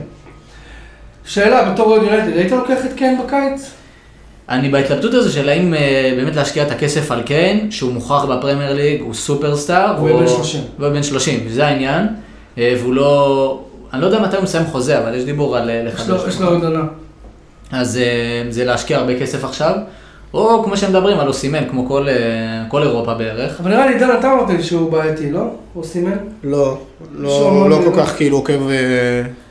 שאלה, בתור אוהד יונייטד, היית לוקח את קיין בקיץ? אני בהתלבטות הזו של האם אה, באמת להשקיע את הכסף על קיין, שהוא מוכח בפרמייר ליג, הוא סופרסטאר. הוא יהיה בן שלושים. הוא יהיה בן שלושים, זה העניין. אה, והוא לא... אני לא יודע מתי הוא מסיים חוזה, אבל יש דיבור על אה, יש לו- לחדש. יש לו עוד עונה. אז אה, זה להשקיע הרבה כסף עכשיו, או כמו שהם מדברים על אוסימן, כמו כל, אה, כל אירופה בערך. אבל נראה לי, דן, אתה אמרת לי שהוא בעייתי, לא? הוא סימן? לא, שהוא לא מאוד- כל כך כאילו עוקב, אה,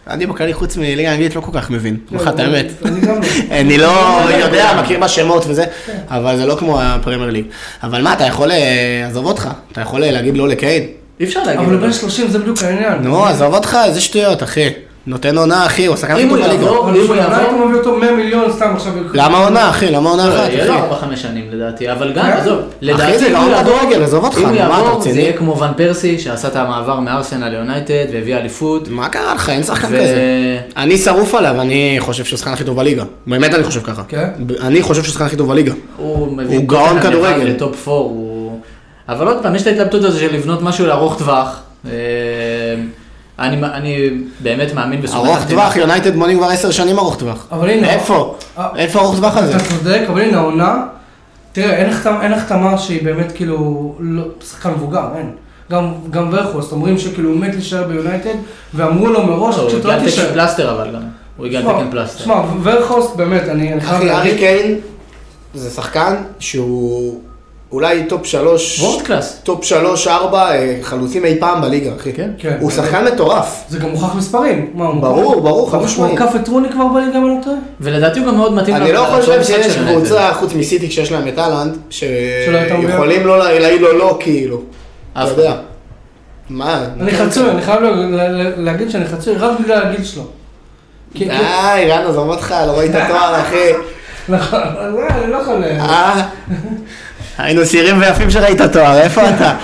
אני בכללי חוץ מליגה האנגלית לא כל כך מבין, לך את האמת. אני גם לא. אני לא יודע, מכיר בשמות וזה, אבל זה לא כמו הפרמייר ליג. אבל מה, אתה יכול, עזוב אותך, אתה יכול להגיד לא לקיין? אי אפשר להגיד. אבל הוא בן שלושים, זה בדיוק העניין. נו, עזוב אותך, איזה שטויות, אחי. נותן עונה, אחי, הוא שחקן הכי טוב בליגה. אבל אם הוא יעבור, מביא אותו מאה מיליון סתם עכשיו. למה עונה, אחי? למה עונה אחת, אחי? יהיה לו ארבע חמש שנים לדעתי, אבל גם, עזוב, אחי, זה גאון כדורגל, עזוב אותך, אם הוא מה, אתה יעבור, זה רציני? יהיה כמו ון פרסי, שעשה את המעבר מארסנל ליונייטד, והביא אליפות. מה קרה לך? אין שחקן כזה. אני שרוף עליו, אני חושב שהוא שחקן הכי טוב בליגה. באמת אני חושב ככה. אני חושב שהוא שחקן הכי טוב בליגה. הוא מביא הוא גאון כדורגל. לטופ פור. אבל עוד פעם, יש את ההתלבטות הזו של לבנות משהו לארוך טווח. אני, אני באמת מאמין בסופו. ארוך טווח, יונייטד בונים כבר עשר שנים ארוך טווח. אבל הנה. איפה? איפה ארוך טווח הזה? אתה צודק, אבל הנה העונה, תראה, אין החתמה שהיא באמת כאילו, שחקן מבוגר, אין. גם ורכוסט, אומרים שכאילו הוא מת להישאר ביונייטד, ואמרו לו מראש, הוא הגיע על תקן פלסטר אבל גם. הוא הגיע על תקן פלסטר. שמע, ורכוסט באמת, אני חייב להגיד. אחי, ארי קיין זה שחקן שהוא אולי טופ שלוש, וורד קלאס. טופ שלוש, ארבע, חלוצים אי פעם בליגה, אחי. כן. הוא שחקן מטורף. זה גם מוכח מספרים. ברור, ברור, חד משמעית. הוא עקף את רוני כבר בליגה, אני לא טועה. ולדעתי הוא גם מאוד מתאים. אני לא חושב שיש קבוצה, חוץ מסיטי כשיש להם את הלנד, שיכולים לא להגיד לו לא, כאילו. אתה יודע. מה? אני חצוי, אני חייב להגיד שאני חצוי רק בגלל הגיל שלו. די, רן, עזוב אותך, לא ראית תואר, אחי. נכון, אני לא יכול... היינו צעירים ויפים שראית תואר, איפה אתה?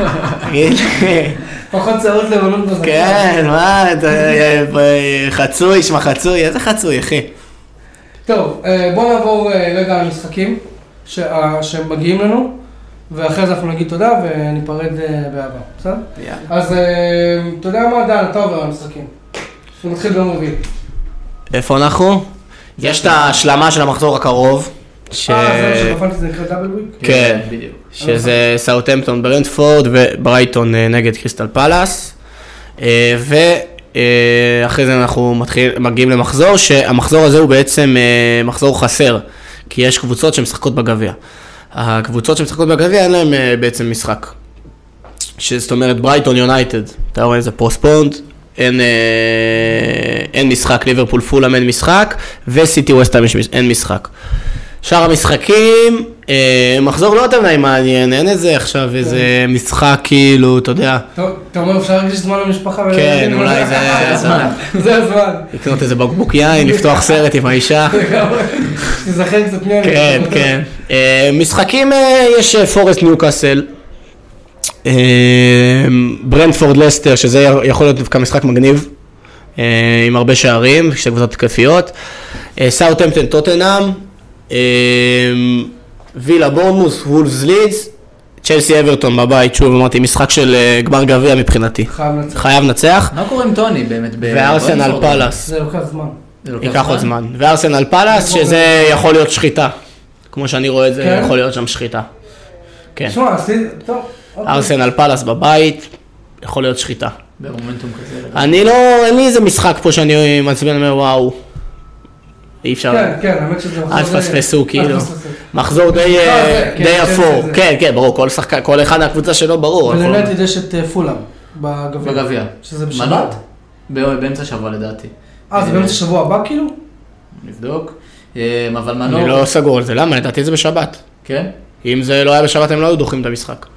פחות צערות לבנות בזכר. כן, מה, חצוי, שמה חצוי, איזה חצוי, אחי. טוב, בואו נעבור רגע על המשחקים שמגיעים לנו, ואחרי זה אנחנו נגיד תודה וניפרד באהבה, בסדר? אז אתה יודע מה, דן, אתה עובר על המשחקים. נתחיל ביום רביעי. איפה אנחנו? יש את ההשלמה של המחזור הקרוב. אה, זה שפנתי זה נקרא דאבל וויק? כן, שזה סאות'המפטון ברנטפורד וברייטון נגד קריסטל פלאס. ואחרי זה אנחנו מגיעים למחזור, שהמחזור הזה הוא בעצם מחזור חסר, כי יש קבוצות שמשחקות בגביע. הקבוצות שמשחקות בגביע אין להם בעצם משחק. זאת אומרת ברייטון יונייטד, אתה רואה איזה פוסטפונד, אין, אין משחק, ליברפול פולאם אין משחק, וסיטי ווסטהאם אין משחק. שאר המשחקים, מחזור לא יותר נעים מעניין, אין איזה עכשיו איזה משחק כאילו, אתה יודע. טוב, אתה אומר אפשר להרגיש זמן למשפחה? כן, אולי זה הזמן. זה הזמן. לקנות איזה בקבוק יין, לפתוח סרט עם האישה. תזכר קצת פנייה. כן, כן. משחקים, יש פורסט ניוקאסל, ברנטפורד לסטר, שזה יכול להיות דווקא משחק מגניב, עם הרבה שערים, שתי קבוצות התקפיות, סאות'המפטון טוטנהאם, וילה בורנמוס, וולפס לידס, צ'לסי אברטון בבית, שוב אמרתי, משחק של גמר גביע מבחינתי. חייב לנצח. מה קורה עם טוני באמת? וארסנל פלאס. זה לוקח זמן. ייקח עוד זמן. וארסנל פלאס, שזה יכול להיות שחיטה. כמו שאני רואה את זה, יכול להיות שם שחיטה. כן. שמע, עשית, טוב. ארסנל פלאס בבית, יכול להיות שחיטה. במומנטום כזה. אני לא, אין לי איזה משחק פה שאני מצביע, אומר וואו. אי אפשר. כן, כן, האמת שזה מחזור די... אל תפספסו, כאילו. מחזור די אפור. כן, כן, ברור, כל שחקן, כל אחד מהקבוצה שלו, ברור. ולנטד יש את פולאם בגביע. בגביע. שזה בשבת? באמצע שבוע לדעתי. אה, זה באמצע שבוע הבא כאילו? נבדוק. אבל מנור... אני לא סגור על זה, למה? לדעתי זה בשבת. כן? אם זה לא היה בשבת, הם לא היו דוחים את המשחק.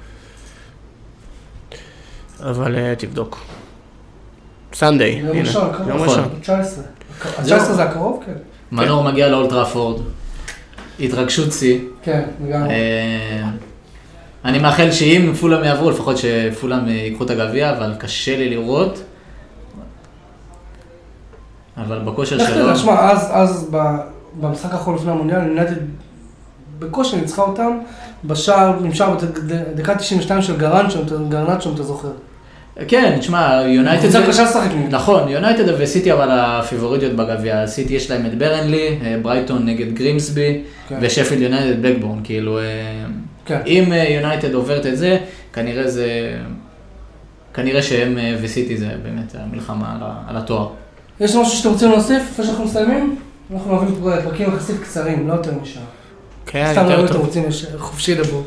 אבל תבדוק. סנדיי. יום ראשון, קרוב. תשע עשרה. תשע עשרה זה הקרוב? כן. מנור מגיע לאולט טראפורד. התרגשות שיא. כן, לגמרי. אני מאחל שאם פולאם יעברו, לפחות שפולאם ייקחו את הגביע, אבל קשה לי לראות. אבל בכושר שלו... שמע, אז במשחק האחרון לפני המונדיאל, יונייטד בקושי ניצחה אותם, בשער, נמשך בדקה תשעים ושתיים של גרנצ'ו, אם אתה זוכר. כן, תשמע, יונייטד... קבוצה קשה לשחק נגד. נכון, יונייטד וסיטי אבל הפיבוריטיות בגביע. סיטי יש להם את ברנלי, ברייטון נגד גרימסבי, ושפילד יונייטד בלקבורן, כאילו... אם יונייטד עוברת את זה, כנראה זה... כנראה שהם וסיטי זה באמת המלחמה על התואר. יש משהו שאתם רוצים להוסיף, לפני שאנחנו מסיימים? אנחנו אוהבים פרקים יחסית קצרים, לא יותר משעה. כן, יותר טוב. סתם לא רוצים חופשי לדבר.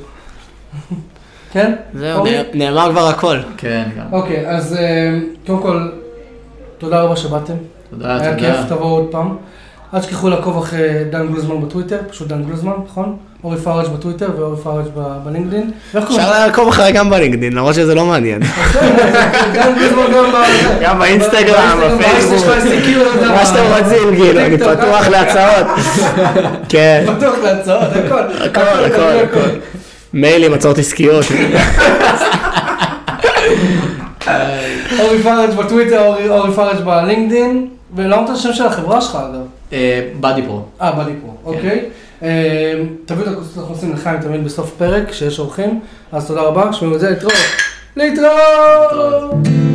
כן? זהו, נאמר כבר הכל. כן, גם. אוקיי, אז קודם כל, תודה רבה שבאתם. תודה, תודה. היה כיף, תבואו עוד פעם. אל תשכחו לעקוב אחרי דן גלוזמן בטוויטר, פשוט דן גלוזמן, נכון? אורי פארג' בטוויטר ואורי פארג' בלינקדין. אפשר לעקוב אחרי גם בלינקדין, למרות שזה לא מעניין. דן גלוזמן גם באינסטגרם, בפייסבוק. מה שאתם רוצים, גיל, אני פתוח להצעות. כן. פתוח להצעות, הכל. הכל, הכל, הכל. מיילים, הצעות עסקיות. אורי פארג' בטוויטר, אורי פארג' בלינקדין. ולמה אתה השם של החברה שלך, אגב? באדי פרו. אה, באדי פרו, אוקיי. תביאו את הכוסות אנחנו עושים לחיים תמיד בסוף פרק, שיש אורחים. אז תודה רבה, שמעו את זה, להתראות. להתראות!